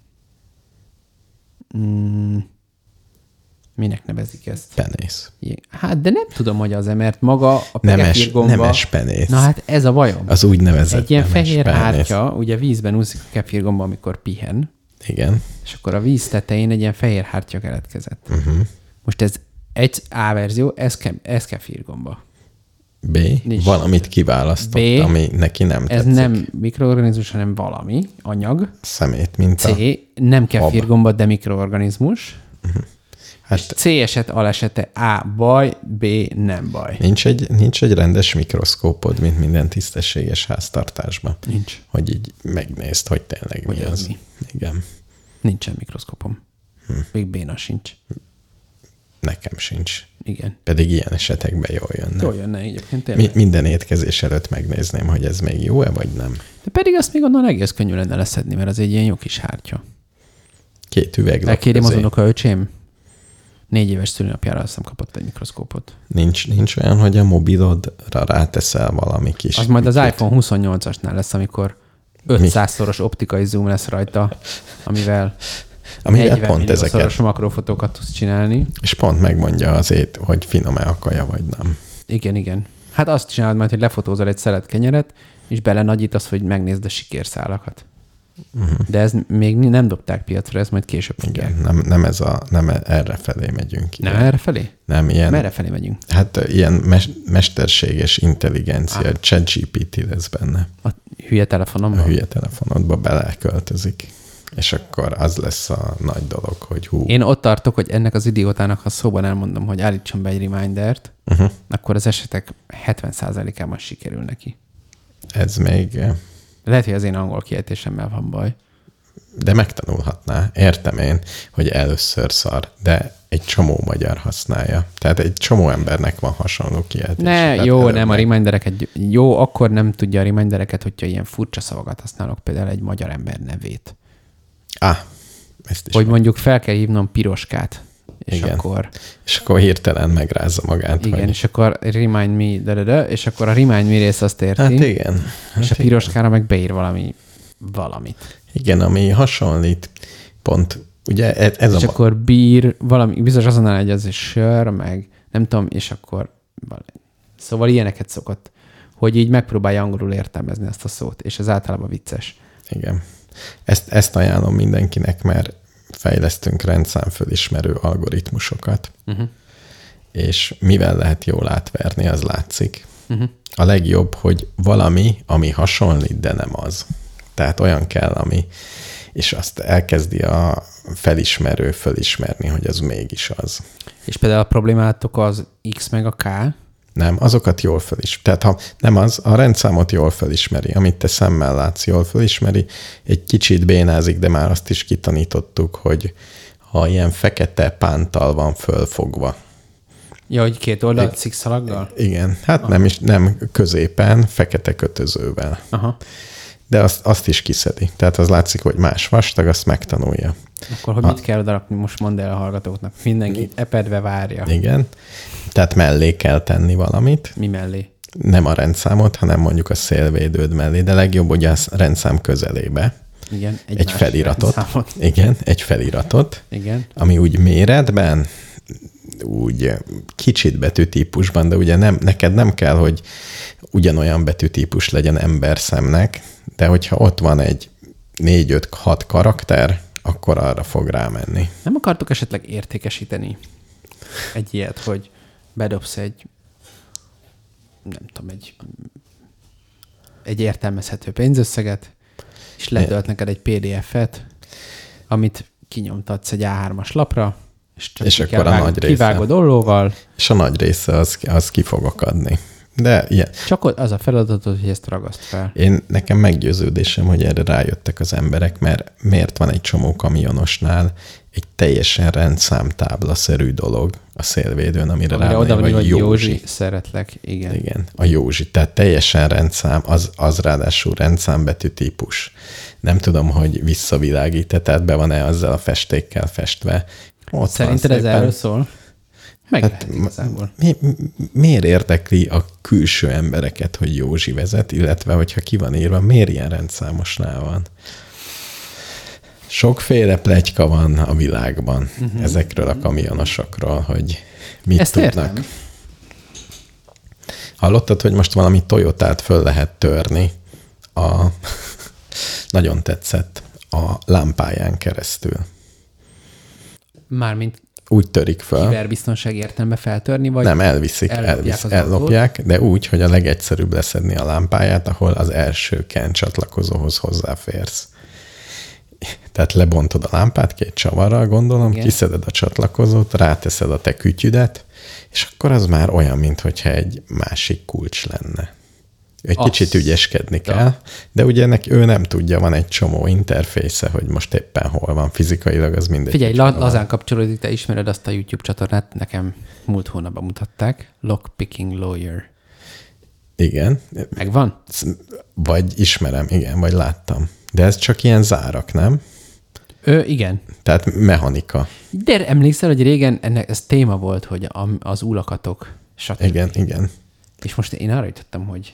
minek nevezik ezt? Penész. Hát, de nem tudom, hogy az-e, mert maga a kefirgomba... Nemes penész. Na hát ez a bajom. Az úgynevezett egy ilyen fehér hártya, ugye vízben úszik a kefirgomba, amikor pihen. Igen. És akkor a víz tetején egy ilyen fehér hártya keletkezett. Most ez egy A verzió, ez kefirgomba. B, valamit kiválasztott, ami neki nem tetszik. Ez nem mikroorganizmus, hanem valami anyag. Szemét minta. C, nem kefirgomba, de mikroorganizmus. Hát, C eset, alesete, A baj, B nem baj. Nincs egy rendes mikroszkópod, mint minden tisztességes háztartásban. Nincs. Hogy így megnézd, hogy tényleg hogy mi az. Mi? Igen. Nincsen mikroszkópom. Még béna sincs. Nekem sincs. Igen. Pedig ilyen esetekben jól jönne. Jól jönne egyébként tényleg. Minden étkezés előtt megnézném, hogy ez még jó-e, vagy nem. De pedig azt még onnan egész könnyű lenne leszedni, mert az egy ilyen jó kis hártya. 2 üveglap elkérjem az unokaöcsém. 4 éves szülinapjára azt hiszem kapott egy mikroszkópot. Nincs olyan, hogy a mobilodra ráteszel valami kis... Az majd az iPhone 28-asnál lesz, amikor 500-szoros optikai zoom lesz rajta, amivel 40 pont ezeket makrofotókat tudsz csinálni. És pont megmondja azért, hogy finom-e a kaja, vagy nem. Igen. Hát azt csinálod majd, hogy lefotózol egy szelet kenyeret, és belenagyítasz, hogy megnézd a sikérszálakat. De ez még nem dobták piacra, ez majd később fogják. Igen, nem erre felé megyünk. Nem erre felé? Nem, ilyen... Merre felé megyünk? Hát ilyen mesterséges intelligencia, ChatGPT lesz benne. A hülye telefonomban? A hülye telefonodba beleköltözik. És akkor az lesz a nagy dolog, hogy hú. Én ott tartok, hogy ennek az idiótának, ha szóban elmondom, hogy állítson be egy remindert, akkor az esetek 70%-ában sikerül neki. Ez még... Lehet, hogy az én angol kiejtésemmel van baj. De megtanulhatná. Értem én, hogy először szar, de egy csomó magyar használja. Tehát egy csomó embernek van hasonló kiejtés. Nem a remindereket. Jó, akkor nem tudja a remindereket, hogyha ilyen furcsa szavakat használok, például egy magyar ember nevét. Ezt is. Hogy mondjuk fel kell hívnom Piroskát, és akkor hirtelen megrázza magát. Igen, és akkor remind me, és akkor a remind me rész azt érti. Hát igen. És a Piroskára meg beír valamit. Igen, ami hasonlít pont, ugye ez és akkor bír valami, biztos azonnal egy az is sör, meg nem tudom, és akkor szóval ilyeneket szokott, hogy így megpróbálja angolul értelmezni ezt a szót, és ez általában vicces. Igen. Ezt ajánlom mindenkinek, mert fejlesztünk rendszámfölismerő algoritmusokat, és mivel lehet jól átverni, az látszik. A legjobb, hogy valami, ami hasonlít, de nem az. Tehát olyan kell, ami, és azt elkezdi a felismerő fölismerni, hogy az mégis az. És például a problémátok az X meg a K? Nem, azokat jól fölismeri. Tehát ha nem az, a rendszámot jól fölismeri, amit te szemmel látsz, jól fölismeri. Egy kicsit bénázik, de már azt is kitanítottuk, hogy ha ilyen fekete pántal van fölfogva. Ja, hogy két oldalt szikszalaggal? Igen, hát nem középen, fekete kötözővel. Aha. De azt is kiszedi. Tehát az látszik, hogy más vastag, azt megtanulja. Akkor hogy mit kell odarakni, most mondd el a hallgatóknak. Mindenki epedve várja. Igen. Tehát mellé kell tenni valamit. Mi mellé? Nem a rendszámot, hanem mondjuk a szélvédőd mellé, de legjobb, hogy a rendszám közelébe. Igen, egy feliratot. Rendszámot. Igen, egy feliratot. Igen. Ami úgy méretben, úgy kicsit betűtípusban, de ugye neked nem kell, hogy ugyanolyan betűtípus legyen emberszemnek, de hogyha ott van egy 4-5-6 karakter, akkor arra fog rámenni. Nem akartok esetleg értékesíteni egy ilyet, hogy bedobsz egy értelmezhető pénzösszeget, és letölt neked egy PDF-et, amit kinyomtatsz egy A3-as lapra, és akkor a nagy része. Kivágod ollóval. És a nagy része az ki fog akadni. De ilyen. Csak az a feladatod, hogy ezt ragaszt fel. Nekem meggyőződésem, hogy erre rájöttek az emberek, mert miért van egy csomó kamionosnál egy teljesen rendszámtáblaszerű dolog a szélvédőn, amire rámegy, vagy Józsi. Szeretlek, igen. Igen, a Józsi. Tehát teljesen rendszám, az ráadásul rendszámbetű típus. Nem tudom, hogy visszavilágít, tehát be van-e azzal a festékkel festve. Ott szerinted ez erről szól? Miért érdekli a külső embereket, hogy Józsi vezet, illetve hogyha ki van írva, miért ilyen rendszámosnál van? Sokféle pletyka van a világban ezekről a kamionosokról, hogy mit ezt tudnak. Értem. Hallottad, hogy most valami Toyotát föl lehet törni? Nagyon tetszett a lámpáján keresztül. Mármint úgy törik föl. Kiberbiztonsági értelemben feltörni, vagy nem, ellopják, de úgy, hogy a legegyszerűbb leszedni a lámpáját, ahol az első CAN csatlakozóhoz hozzáférsz. Tehát lebontod a lámpát 2 csavarral, gondolom, igen. Kiszeded a csatlakozót, ráteszed a te kütyüdet, és akkor az már olyan, mintha egy másik kulcs lenne. Kicsit ügyeskedni kell, de ugye ő nem tudja, van egy csomó interfésze, hogy most éppen hol van, fizikailag az mindegy. Figyelj, lazán kapcsolódik, te ismered azt a YouTube csatornát, nekem múlt hónapban mutatták, Lockpicking Lawyer. Igen. Megvan? Vagy ismerem, igen, vagy láttam. De ez csak ilyen zárak, nem? Igen. Tehát mechanika. De emlékszel, hogy régen ez téma volt, hogy az úlakatok, stb. Igen. És most én arra jutottam, hogy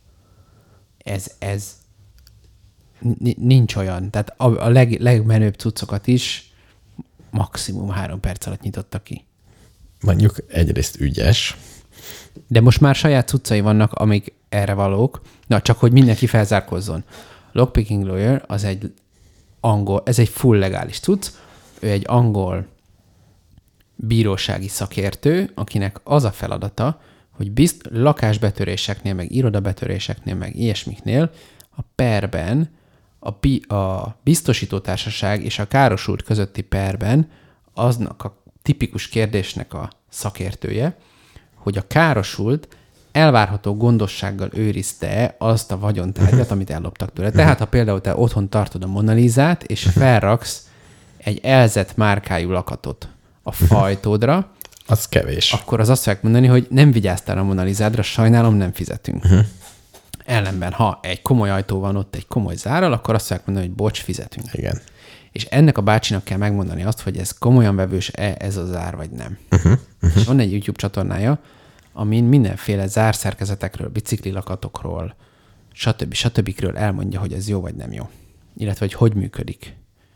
ez nincs olyan. Tehát a legmenőbb cuccokat is maximum 3 perc alatt nyitotta ki. Mondjuk egyrészt ügyes. De most már saját cuccai vannak, amik erre valók. Na, csak hogy mindenki felzárkozzon. Lockpicking Lawyer az egy angol, ez egy full legális cucc. Ő egy angol bírósági szakértő, akinek az a feladata, hogy lakásbetöréseknél, meg irodabetöréseknél, meg ilyesmiknél a perben, a biztosítótársaság és a károsult közötti perben aznak a tipikus kérdésnek a szakértője, hogy a károsult elvárható gondossággal őrizte azt a vagyontárgyat, amit elloptak tőle. Tehát, ha például te otthon tartod a Mona Lisát, és felraksz egy elzett márkájú lakatot a fajtódra, Az kevés. akkor az azt fogják mondani, hogy nem vigyáztál a Mona Lisádra, sajnálom, nem fizetünk. Ellenben, ha egy komoly ajtó van ott egy komoly zárral, akkor azt fogják mondani, hogy bocs, fizetünk. Igen. És ennek a bácsinak kell megmondani azt, hogy ez komolyan vevős-e ez a zár, vagy nem. És van egy YouTube csatornája, amin mindenféle zárszerkezetekről, biciklilakatokról, stb. Elmondja, hogy ez jó, vagy nem jó. Illetve, hogy működik.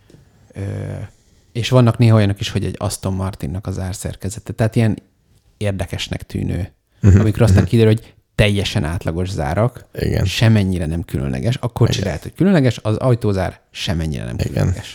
És vannak néha olyanok is, hogy egy Aston Martinnak a zárszerkezete. Tehát ilyen érdekesnek tűnő. Amikor aztán kiderül, hogy teljesen átlagos zárak, Igen. semennyire nem különleges. A kocsi lehet, hogy különleges, az ajtózár semennyire nem különleges.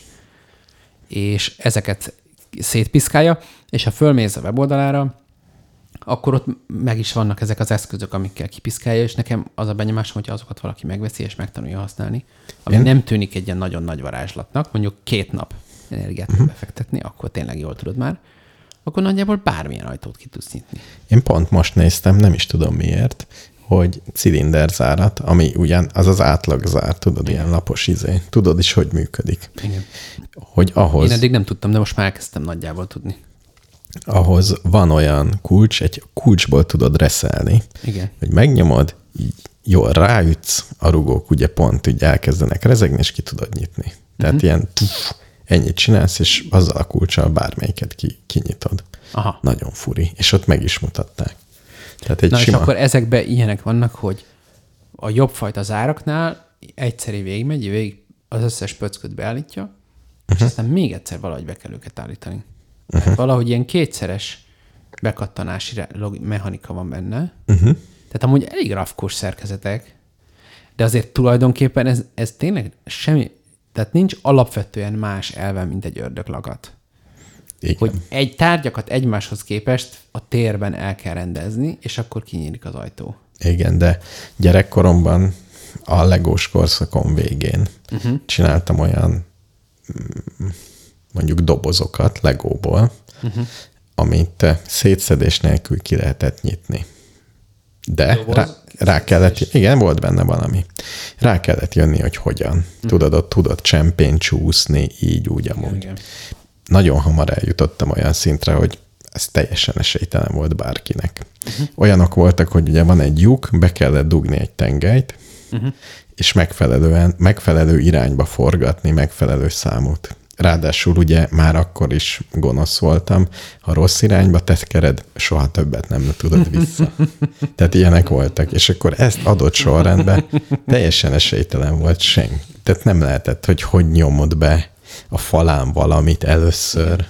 És ezeket szétpiszkálja, és ha fölmész a weboldalára, akkor ott meg is vannak ezek az eszközök, amikkel kipiszkálja, és nekem az a benyomásom, hogy azokat valaki megveszi és megtanulja használni, ami nem tűnik egy ilyen nagyon nagy varázslatnak, mondjuk 2 nap energiát befektetni, akkor tényleg jól tudod már, akkor nagyjából bármilyen ajtót ki tudsz nyitni. Én pont most néztem, nem is tudom miért, hogy cilinderzárat, ami ugyan az átlagzár, tudod, ilyen lapos izé. Tudod is, hogy működik. Igen. Hogy ahhoz... Én eddig nem tudtam, de most már elkezdtem nagyjából tudni. Ahhoz van olyan kulcs, egy kulcsból tudod reszelni, Igen. hogy megnyomod, így jól ráütsz, a rugók ugye pont így elkezdenek rezegni, és ki tudod nyitni. Tehát ilyen ennyit csinálsz, és azzal a kulccsal bármelyiket kinyitod. Aha. Nagyon furi. És ott meg is mutatták. Tehát egy Na sima... és akkor ezekben ilyenek vannak, hogy a jobb fajta záraknál egyszerű végig az összes pöcköt beállítja, és aztán még egyszer valahogy be kell őket állítani. Tehát valahogy ilyen kétszeres bekattanási mechanika van benne. Tehát amúgy elég rafkós szerkezetek, de azért tulajdonképpen ez tényleg semmi, tehát nincs alapvetően más elve, mint egy ördöglagat. Igen. Hogy egy tárgyakat egymáshoz képest a térben el kell rendezni, és akkor kinyílik az ajtó. Igen, de gyerekkoromban a legós korszakon végén csináltam olyan mondjuk dobozokat legóból, amit szétszedés nélkül ki lehetett nyitni. De rá kellett, igen, volt benne valami. Rá kellett jönni, hogy hogyan. Tudod, ott tudod csempén csúszni, így, úgy, amúgy. Igen. Nagyon hamar eljutottam olyan szintre, hogy ez teljesen esélytelen volt bárkinek. Olyanok voltak, hogy ugye van egy lyuk, be kellett dugni egy tengelyt, és megfelelő irányba forgatni megfelelő számot. Ráadásul ugye már akkor is gonosz voltam, ha rossz irányba tekered, soha többet nem tudod vissza. Tehát ilyenek voltak, és akkor ezt adott sorrendben teljesen esélytelen volt senki. Tehát nem lehetett, hogy nyomod be a falán valamit először.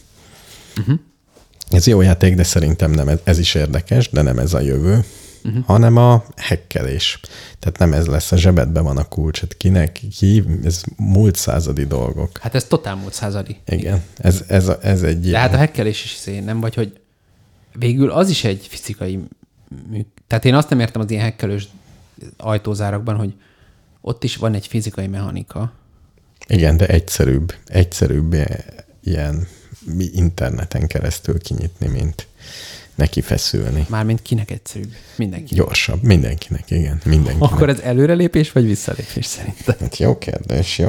Ez jó játék, de szerintem nem ez is érdekes, de nem ez a jövő, hanem a hekkelés. Tehát nem ez lesz, a zsebedben van a kulcs. Hát kinek, ez múlt századi dolgok. Hát ez totál múlt századi. Igen, ez egy... De hát a hekkelés is nem, vagy hogy végül az is egy fizikai Tehát én azt nem értem az ilyen hekkelős ajtózárakban, hogy ott is van egy fizikai mechanika. Igen, de egyszerűbb ilyen interneten keresztül kinyitni, mint neki feszülni. Mármint kinek egyszerűbb? Mindenkinek. Gyorsabb, mindenkinek, igen. Mindenkinek. Akkor ez előrelépés vagy visszalépés szerintem? Hát jó kérdés.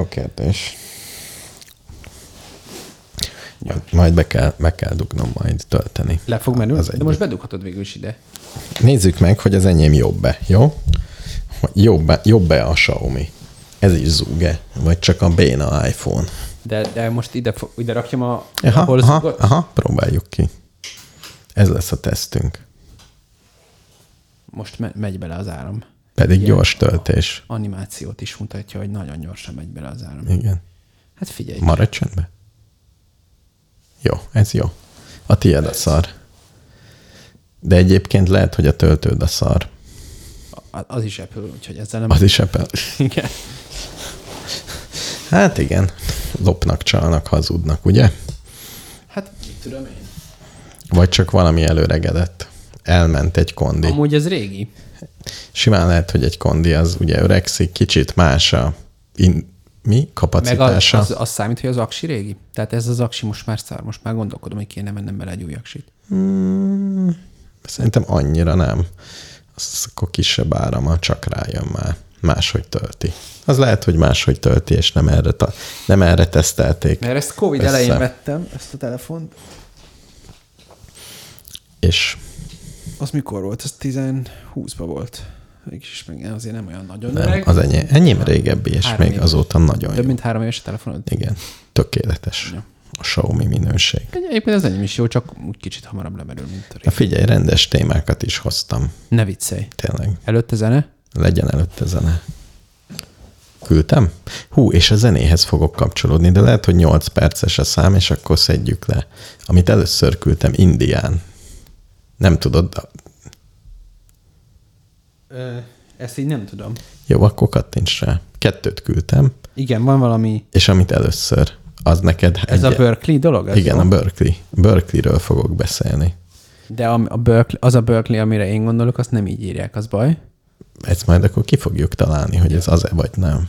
Majd be kell dugnom, majd tölteni. Le fog menni? De most bedughatod végül is ide. Nézzük meg, hogy az enyém jobb-e, jó? Jobb-e a Xiaomi? Ez is zúg-e? Vagy csak a béna iPhone? De most ide rakjam Aha, próbáljuk ki. Ez lesz a tesztünk. Most megy bele az áram. Pedig ilyen gyors töltés. Animációt is mutatja, hogy nagyon gyorsan megy bele az áram. Igen. Hát figyelj. Maradj csendben. Jó, ez jó. A tiéd a szar. De egyébként lehet, hogy a töltőd a szar. Az is Apple, úgyhogy ezzel nem... Az is Apple. Igen. Hát igen. Lopnak, csalnak, hazudnak, ugye? Hát, mit tudom én. Vagy csak valami előregedett. Elment egy kondi. Amúgy ez régi. Simán lehet, hogy egy kondi az ugye öregszik, kicsit más a kapacitása. Meg az számít, hogy az aksi régi? Tehát ez az aksi most már szar. Most már gondolkodom, hogy kéne mennem bele egy új aksit. Szerintem annyira nem. Az akkor kisebb árama, csak rájön már. Máshogy tölti. Az lehet, hogy máshogy tölti, és nem erre tesztelték. Mert ezt Covid elején vettem, ezt a telefont, És Az mikor volt? Ez 10-20-ban volt. Mégis meg azért nem olyan nagyon nem, öreg. az enyém régebbi, és 3 még éves. azóta nagyon Több jó. mint 3 éves a telefonod? Igen, tökéletes. Ja. A Xiaomi minőség. Egyébként az enyém is jó, csak úgy kicsit hamarabb lemerül, mint a Na régi. figyelj, rendes témákat is hoztam. Ne viccelj. Tényleg. Előtte zene? Legyen előtte zene. Küldtem? Hú, és a zenéhez fogok kapcsolódni, de lehet, hogy 8 perces a szám, és akkor szedjük le. Amit először küldtem, Indián. Nem tudod? Ezt így nem tudom. Jó, akkor kattints rá. 2 küldtem, Igen, van valami... és amit először, az neked... Ez a Berkeley dolog? Ez Igen, van? a Berkeley. Berkeleyről fogok beszélni. De az a Berkeley, amire én gondolok, azt nem így írják, az baj. Ezt majd akkor ki fogjuk találni, hogy ez az-e vagy nem.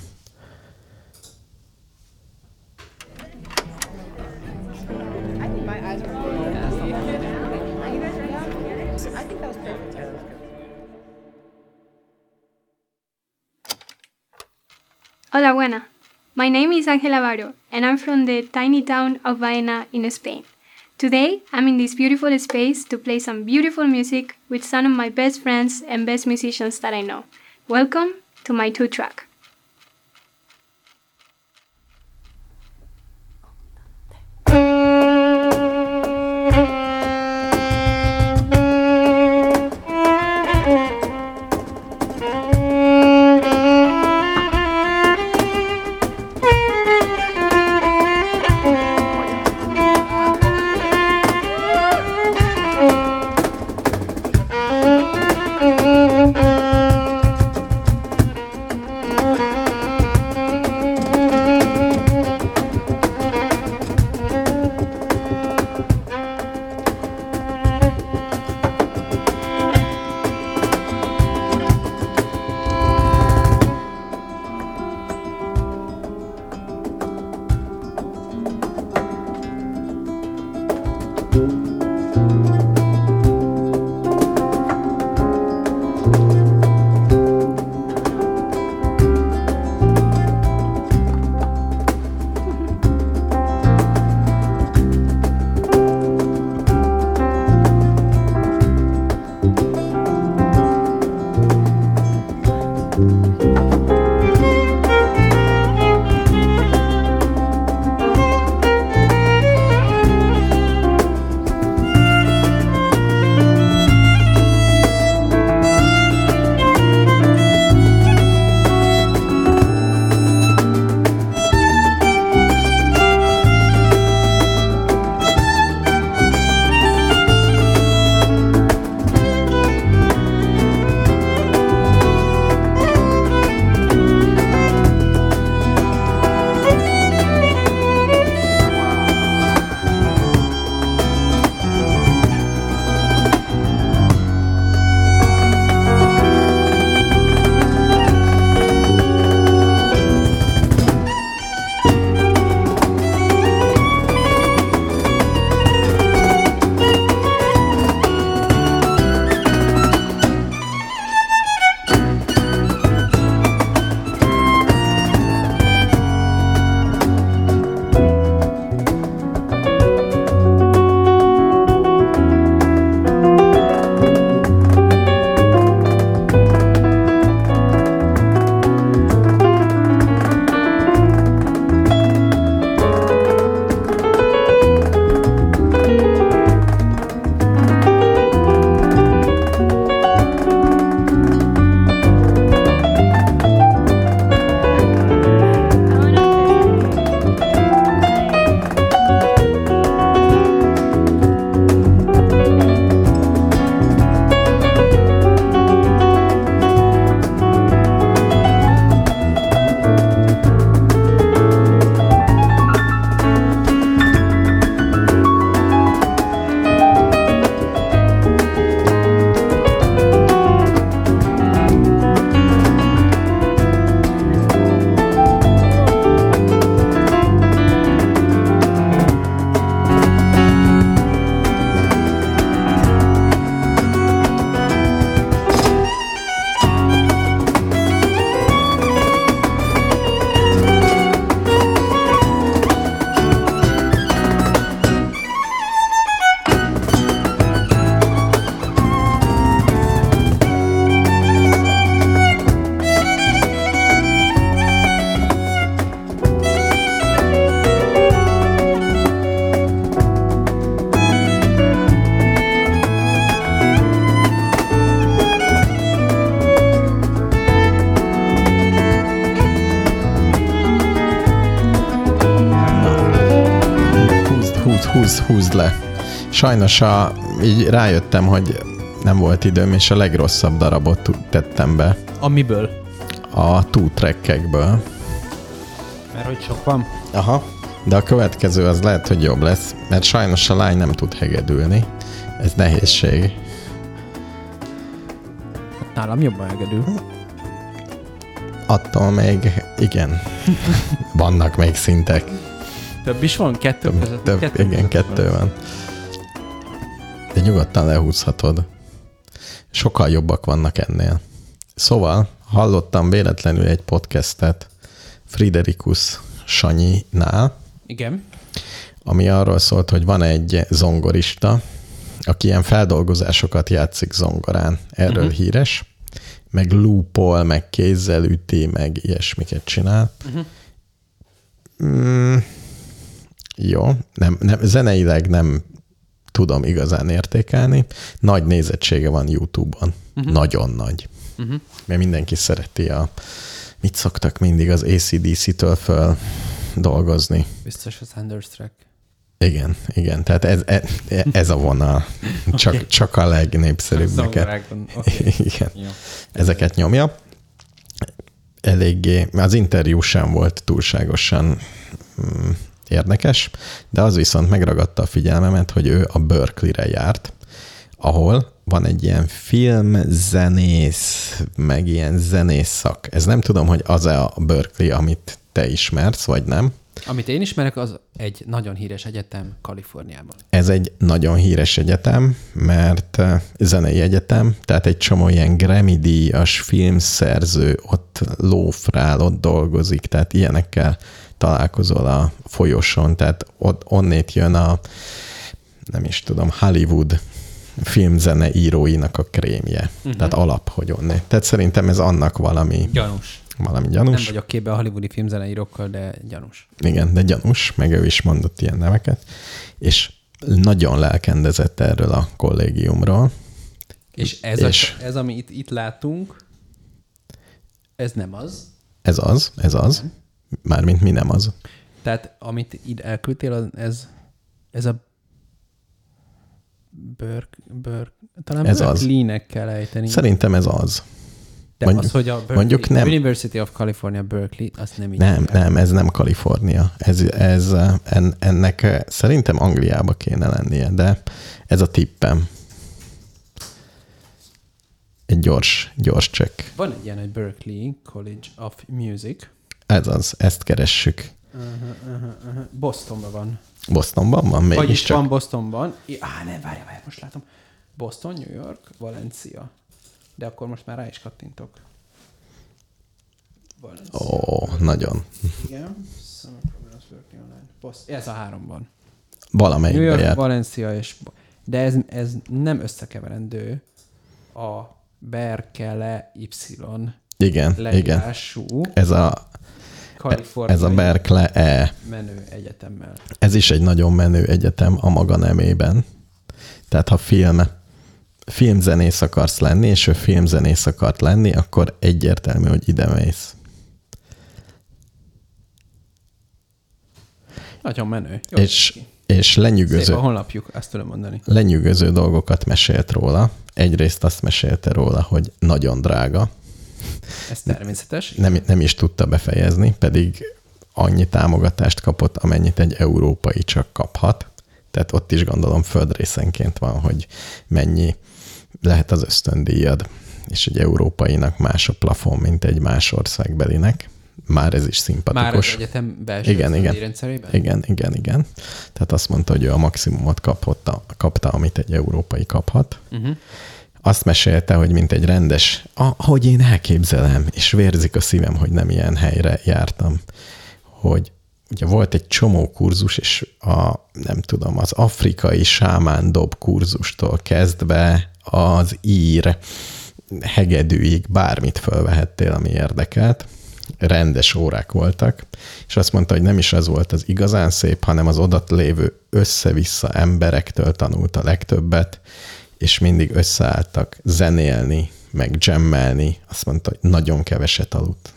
Hola, buena. My name is Ángela Baro, and I'm from the tiny town of Baena in Spain. Today, I'm in this beautiful space to play some beautiful music with some of my best friends and best musicians that I know. Welcome to my 2-track. húzd le. Sajnos így rájöttem, hogy nem volt időm, és a legrosszabb darabot tettem be. Amiből? A two-trackekből. Mert hogy sok van? Aha. De a következő az lehet, hogy jobb lesz, mert sajnos a lány nem tud hegedülni. Ez nehézség. Nálam jobban hegedül. Attól még igen. Vannak még szintek. Több is van? Kettő között? Igen, kettő van. De nyugodtan lehúzhatod. Sokkal jobbak vannak ennél. Szóval hallottam véletlenül egy podcastet Friderikus Sanyinál. Igen. Ami arról szólt, hogy van egy zongorista, aki ilyen feldolgozásokat játszik zongorán. Erről híres. Meg loopol, meg kézzel üti, meg ilyesmiket csinál. Jó, nem, zeneileg nem tudom igazán értékelni. Nagy nézettsége van YouTube-on. Nagyon nagy. Mert mindenki szereti mit szoktak mindig az AC/DC-től föl dolgozni. Biztos a Thunderstruck. Igen. Tehát ez a vonal. Csak a legnépszerűbbeket. Okay. Igen. Jó. Ezeket nyomja. Eléggé, az interjú sem volt túlságosan érdekes, de az viszont megragadta a figyelmemet, hogy ő a Berkeley-re járt, ahol van egy ilyen filmzenész, meg ilyen zenész szak. Ez nem tudom, hogy az-e a Berkeley, amit te ismersz, vagy nem. Amit én ismerek, az egy nagyon híres egyetem Kaliforniában. Ez egy nagyon híres egyetem, mert zenei egyetem, tehát egy csomó ilyen Grammy-díjas filmszerző ott lófrál, ott dolgozik, tehát ilyenekkel találkozol a folyosón, tehát onnét jön nem is tudom, Hollywood filmzene íróinak a krémje. Tehát alap, hogy onnét. Tehát szerintem ez annak valami gyanús. Nem vagyok képbe a hollywoodi filmzeneírókkal, de gyanús. Igen, de gyanús, meg ő is mondott ilyen neveket, és nagyon lelkendezett erről a kollégiumról. És ez ami itt látunk, ez nem az? Ez az. Mármint mi nem az. Tehát amit itt elküldtél, ez a talán ez Berkeley-nek kell ejteni. Szerintem ez az. De az, hogy a mondjuk nem. University of California, Berkeley, azt nem így. Nem, ez nem Kalifornia. Ennek szerintem Angliába kéne lennie, de ez a tippem. Egy gyors check. Van egy ilyen, egy Berkeley College of Music. Ez az, ezt keressük. Bostonban van. Bostonban van? Vagyis csak. Van Bostonban. Nem, várjál, most látom. Boston, New York, Valencia. De akkor most már rá is kattintok. Nagyon. Igen. Ez a 3 van. Valamelyikben New York, járt. Valencia és... De ez nem összekeverendő a Berkeley Y leírású Ez a Berkeley E. menő egyetemmel. Ez is egy nagyon menő egyetem a maga nemében. Tehát ha filmzenész akarsz lenni, és ő filmzenész akart lenni, akkor egyértelmű, hogy ide mész. Nagyon menő. És lenyűgöző. Szép a honlapjuk, azt tudom mondani. Lenyűgöző dolgokat mesélt róla. Egyrészt azt mesélte róla, hogy nagyon drága. Ez természetes. Nem is tudta befejezni, pedig annyi támogatást kapott, amennyit egy európai csak kaphat. Tehát ott is gondolom földrészenként van, hogy mennyi lehet az ösztöndíjad, és egy európainak más a plafon, mint egy más országbelinek. Már ez is szimpatikus. Már az egyetem belső rendszerében? Igen. Tehát azt mondta, hogy ő a maximumot kapta, amit egy európai kaphat. Azt mesélte, hogy mint egy rendes, ahogy én elképzelem, és vérzik a szívem, hogy nem ilyen helyre jártam, hogy ugye volt egy csomó kurzus, és az afrikai sámándob kurzustól kezdve az ír hegedűig bármit fölvehettél, ami érdekelt. Rendes órák voltak, és azt mondta, hogy nem is az volt az igazán szép, hanem az odat lévő össze-vissza emberektől tanult a legtöbbet, és mindig összeálltak zenélni, meg jammelni. Azt mondta, hogy nagyon keveset aludt.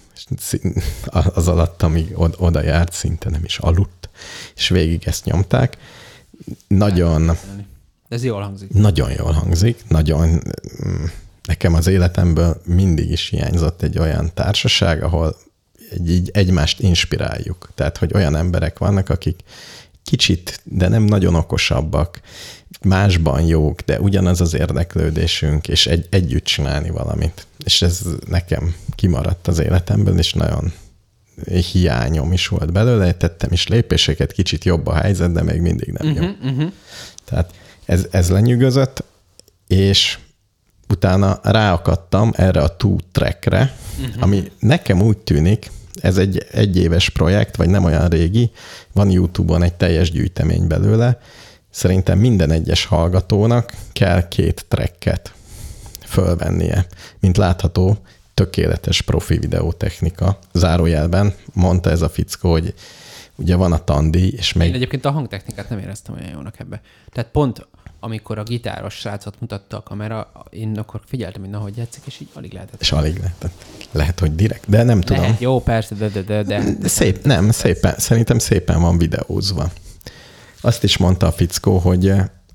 Az alatt, amíg oda járt, szinte nem is aludt, és végig ezt nyomták. nagyon... Ez jól hangzik. Nagyon jól hangzik, nagyon... Nekem az életemből mindig is hiányzott egy olyan társaság, ahol így egymást inspiráljuk. Tehát, hogy olyan emberek vannak, akik kicsit, de nem nagyon okosabbak, másban jók, de ugyanaz az érdeklődésünk, és együtt csinálni valamit. És ez nekem kimaradt az életemből, és nagyon hiányom is volt belőle, tettem is lépéseket, kicsit jobb a helyzet, de még mindig nem jó. Tehát ez lenyűgözött, és utána ráakadtam erre a Two Trackre, ami nekem úgy tűnik, ez egy egyéves projekt, vagy nem olyan régi, van YouTube-on egy teljes gyűjtemény belőle. Szerintem minden egyes hallgatónak kell 2 tracket fölvennie. Mint látható, tökéletes profi videótechnika. Zárójelben mondta ez a fickó, hogy ugye van a tandíj, és még... Én egyébként a hangtechnikát nem éreztem olyan jónak ebbe. Tehát pont amikor a gitáros srácot mutatta a kamera, én akkor figyeltem, hogy ahogy játszik, és így alig lehetett. És alig lehetett. Lehet, hogy direkt, de nem tudom. Lehet, jó, persze, de... Szép, nem, szépen, szerintem szépen van videózva. Azt is mondta a fickó, hogy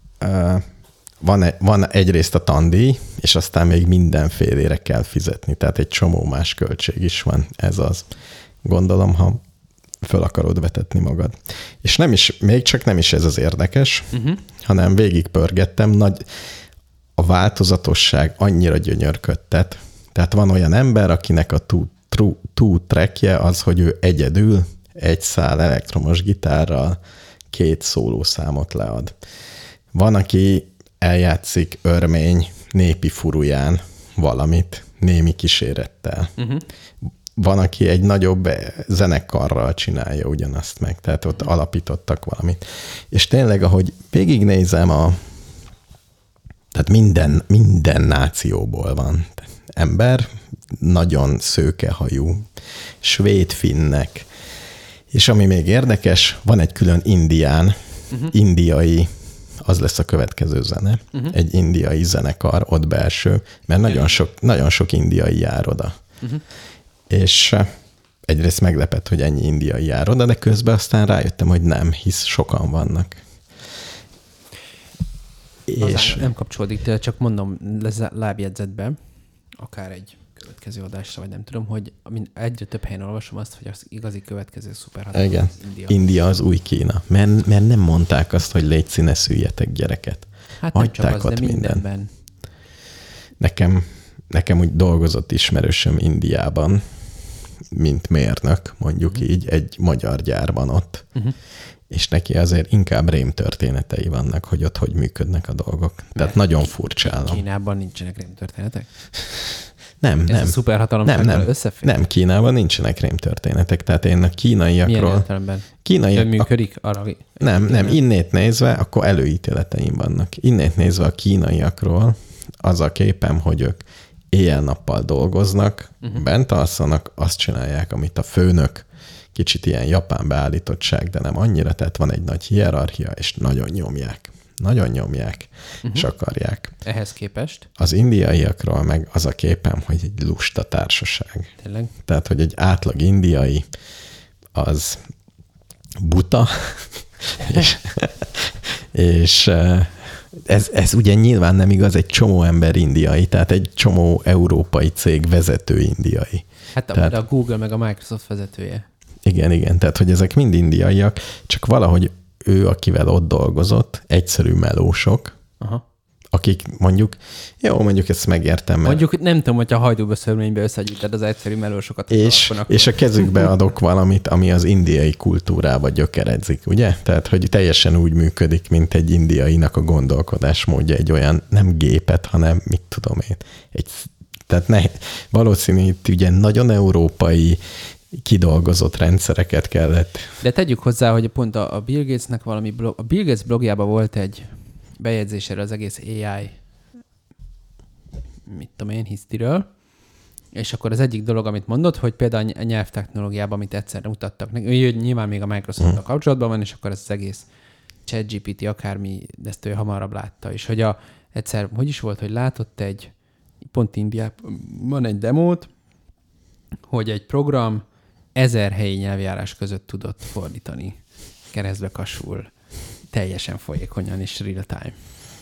van egyrészt a tandíj, és aztán még mindenfélére kell fizetni, tehát egy csomó más költség is van. Ez az. Gondolom, ha föl akarod vetetni magad. És még csak nem is ez az érdekes, hanem végigpörgettem, a változatosság annyira gyönyörködtet. Tehát van olyan ember, akinek a two trackje az, hogy ő egyedül egy szál elektromos gitárral 2 szólószámot lead. Van, aki eljátszik örmény népi furuján valamit, némi kísérettel. Van, aki egy nagyobb zenekarral csinálja ugyanazt meg, tehát ott alapítottak valamit. És tényleg, ahogy végignézem, tehát minden nációból van ember, nagyon szőkehajú, svéd-finnek, és ami még érdekes, van egy külön indián, indiai, az lesz a következő zene, egy indiai zenekar ott belső, mert nagyon sok indiai jár oda. És egyrészt meglepett, hogy ennyi indiai jár oda, de közben aztán rájöttem, hogy nem, hisz sokan vannak. És nem kapcsolódik, de csak mondom lábjegyzetbe, akár egy következő adásra, vagy nem tudom, hogy egyre több helyen olvasom azt, hogy az igazi következő szuperhatalom igen, az India. India az új Kína. Mert nem mondták azt, hogy légy színe, szüljetek gyereket. Hát nem csak az, de mindenben. Nekem úgy dolgozott ismerősöm Indiában, mint mérnök, mondjuk így, egy magyar gyárban ott. És neki azért inkább rémtörténetei vannak, hogy ott hogy működnek a dolgok. Tehát nagyon furcsálom. Kínában nincsenek rémtörténetek? Nem. Ez a szuperhatalomsággal összefügg? Nem, Kínában nincsenek rémtörténetek. Tehát én a kínaiakról... Milyen értelemben? Működik? Nem, innét nézve, akkor előítéleteim vannak. Innét nézve a kínaiakról az a képem, hogy ők éjjel-nappal dolgoznak, bent alszanak, azt csinálják, amit a főnök, kicsit ilyen japán beállítottság, de nem annyira, tehát van egy nagy hierarchia, és nagyon nyomják, és akarják. Ehhez képest? Az indiaiakról meg az a képem, hogy egy lusta társaság. Tényleg? Tehát, hogy egy átlag indiai az buta, és ez ugye nyilván nem igaz, egy csomó ember indiai, tehát egy csomó európai cég vezető indiai. Hát tehát, a Google meg a Microsoft vezetője. Igen, tehát hogy ezek mind indiaiak, csak valahogy ő, akivel ott dolgozott, egyszerű melósok, akik mondjuk ezt megértem. Mert... Mondjuk nem tudom, hogyha hajdúbeszörménybe összegyűjted az egyszerű melósokat. És a kezükbe adok valamit, ami az indiai kultúrába gyökeredzik, ugye? Tehát, hogy teljesen úgy működik, mint egy indiainak a gondolkodásmódja, egy olyan nem gépet, hanem mit tudom én. Tehát valószínű itt ugye nagyon európai kidolgozott rendszereket kellett. De tegyük hozzá, hogy pont a Bill Gatesnek valami a Bill Gates blogjában volt egy bejegyzés erre az egész AI hisztiről, és akkor az egyik dolog, amit mondott, hogy például a nyelvtechnológiában, amit egyszerre mutattak neki, nyilván még a Microsoft-tal kapcsolatban van, és akkor ez az egész ChatGPT akármi, de ezt ő hamarabb látta. És hogy egyszer, hogy is volt, hogy látott pont Indiában van egy demót, hogy egy program 1000 helyi nyelvjárás között tudott fordítani keresztbe kasul teljesen folyékonyan és real time.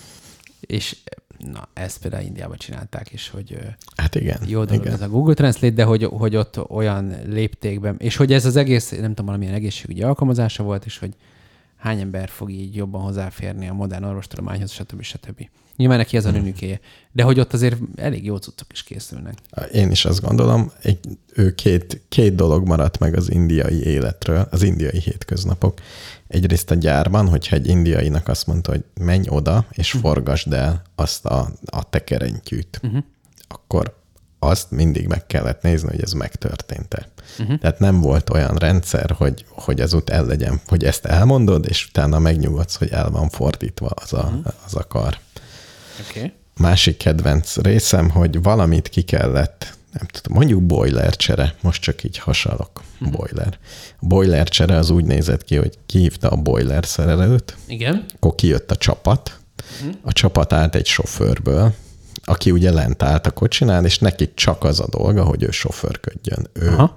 És na, ezt például Indiában csinálták is, hogy Hát igen. jó dolog igen. ez a Google Translate, de hogy ott olyan léptékben, és hogy ez az egész, nem tudom, valamilyen egészségügyi alkalmazása volt, és hogy hány ember fog így jobban hozzáférni a modern orvostudományhoz, stb. Nyilván neki ez a nőnükéje. De hogy ott azért elég jó cuccok is készülnek. Én is azt gondolom, ő két dolog maradt meg az indiai életről, az indiai hétköznapok. Egyrészt a gyárban, hogyha egy indiainak azt mondta, hogy menj oda, és forgasd el azt a tekerentyűt, akkor azt mindig meg kellett nézni, hogy ez megtörtént-e. Tehát nem volt olyan rendszer, hogy ez ott el legyen, hogy ezt elmondod, és utána megnyugodsz, hogy el van fordítva az a kar. Okay. Másik kedvenc részem, hogy valamit ki kellett, nem tudom, mondjuk boiler csere, most csak így hasalok, boiler. A boiler csere az úgy nézett ki, hogy kihívta a boiler szerelőt, Igen. akkor kijött a csapat, a csapat állt egy sofőrből, aki ugye lent állt a kocsinál, és neki csak az a dolga, hogy ő sofőrködjön.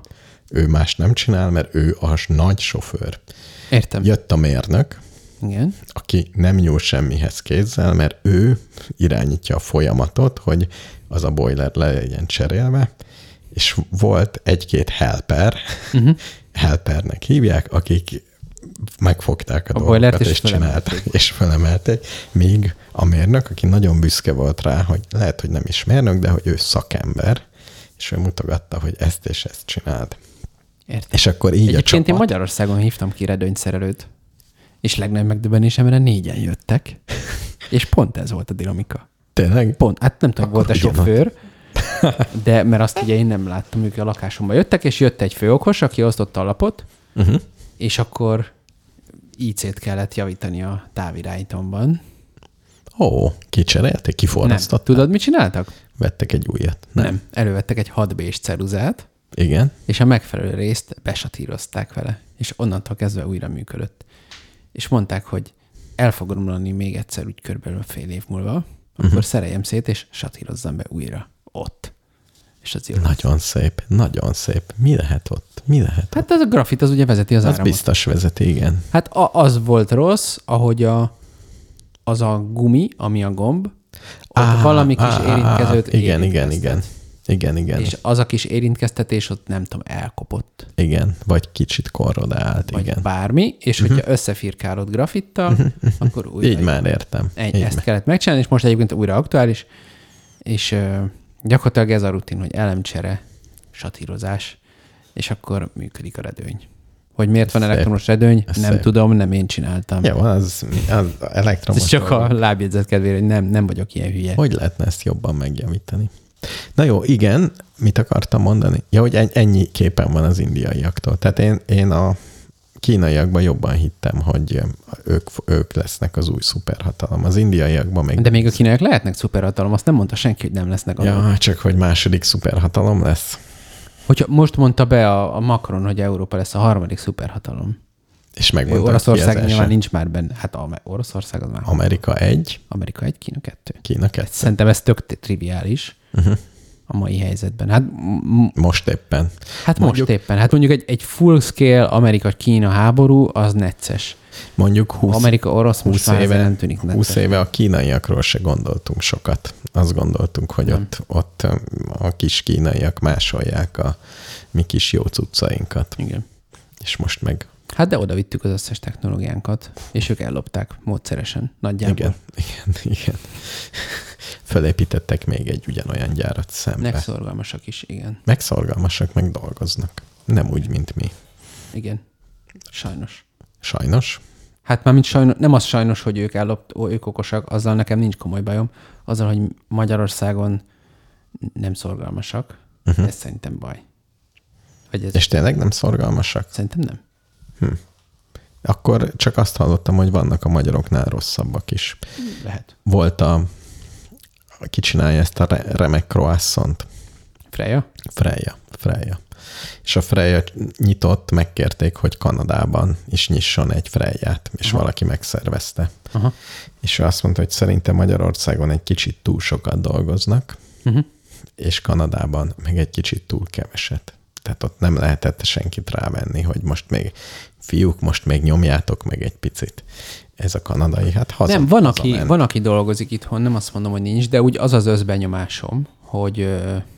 Ő más nem csinál, mert ő a nagy sofőr. Értem. Jött a mérnök, Igen. aki nem nyúl semmihez kézzel, mert ő irányítja a folyamatot, hogy az a boiler le legyen cserélve, és volt egy-két helper, helpernek hívják, akik megfogták a dolgokat, és csinálták, és felemelték, míg a mérnök, aki nagyon büszke volt rá, hogy lehet, hogy nem is mérnök, de hogy ő szakember, és ő mutogatta, hogy ezt és ezt csináld. Értem. És akkor így Egyébként én Magyarországon hívtam ki redőnyszerelőt, és legnagyobb megdöbbenésemre 4-en jöttek, és pont ez volt a dinamika. Tényleg? Pont, hát nem tudom, Akkor volt-e sofőr, de mert azt ugye én nem láttam, ők a lakásomba jöttek, és jött egy főokos, aki osztotta a lapot, és akkor IC-t kellett javítani a távirányítómban. Ó, kicserélték, Nem. kiforrasztották. Tudod, mit csináltak? Vettek egy újat. Nem. Elővettek egy 6B-s ceruzát, Igen. és a megfelelő részt besatírozták vele, és onnantól kezdve újra működött. És mondták, hogy el fog romlani még egyszer úgy körülbelül fél év múlva, akkor szereljem szét, és satírozzam be újra ott. És az jó. Nagyon szép, nagyon szép. Mi lehet ott? Mi lehet? Hát az a grafit, az ugye vezeti az Az áramot. biztos vezeti, igen. Hát az volt rossz, ahogy az a gumi, ami a gomb, ott valami kis érintkezőt Igen. És az a kis érintkeztetés ott nem tudom, elkopott. Igen, vagy kicsit korrodált, Vagy igen. bármi, és hogyha összefirkálod grafittal, akkor újra. Így már értem. Ezt kellett megcsinálni, és most egyébként újra aktuális, és gyakorlatilag ez a rutin, hogy elemcsere, satírozás, és akkor működik a redőny. Hogy miért van elektromos redőny, nem tudom, nem én csináltam. Jó, az elektromos. Ez csak a lábjegyzet kedvére, hogy nem vagyok ilyen hülye. Hogy lehetne ezt jobban megjavítani? Na jó, igen, mit akartam mondani? Ja, hogy ennyi képen van az indiaiaktól. Tehát én a kínaiakban jobban hittem, hogy ők lesznek az új szuperhatalom. Az indiaiakban még... De még a kínaiak lehetnek szuperhatalom, azt nem mondta senki, hogy nem lesznek. Ja, csak hogy második szuperhatalom lesz. Hogyha most mondta be a Macron, hogy Európa lesz a harmadik szuperhatalom. És megmondta, Oroszország nyilván nincs már benne. Hát Oroszország az már... Amerika 1. Amerika 1, Kína 2. Kína 2. Szerintem ez tök triviális a mai helyzetben. Hát most éppen. Hát mondjuk, most éppen. Hát mondjuk egy full-scale Amerika-Kína háború, az necces. Mondjuk 20 Amerika-orosz most már nem tűnik necces. 20 éve a kínaiakról se gondoltunk sokat. Azt gondoltunk, hogy ott a kis kínaiak másolják a mi kis jó cuccainkat. Igen. És most meg... Hát de oda vittük az összes technológiánkat, és ők ellopták módszeresen, nagyjából. Igen. Fölépítettek még egy ugyanolyan gyárat szembe. Megszorgalmasak is, igen. Megszorgalmasak, meg dolgoznak. Nem úgy, mint mi. Igen. Sajnos. Sajnos? Hát már mint sajnos, nem az sajnos, hogy ők okosak, azzal nekem nincs komoly bajom. Azzal, hogy Magyarországon nem szorgalmasak, ez szerintem baj. És tényleg nem szorgalmasak? Szerintem nem. Akkor csak azt hallottam, hogy vannak a magyaroknál rosszabbak is. Lehet. Volt ki csinálja ezt a remek croissant. Freja. És a Freja nyitott, megkérték, hogy Kanadában is nyisson egy Freját, és valaki megszervezte. Aha. És ő azt mondta, hogy szerintem Magyarországon egy kicsit túl sokat dolgoznak, és Kanadában meg egy kicsit túl keveset. Tehát ott nem lehetett senkit rávenni, hogy most még fiúk, most még nyomjátok meg egy picit. Ez a kanadai, hát haza. Nem, van, aki dolgozik itthon, nem azt mondom, hogy nincs, de úgy az az összbenyomásom, hogy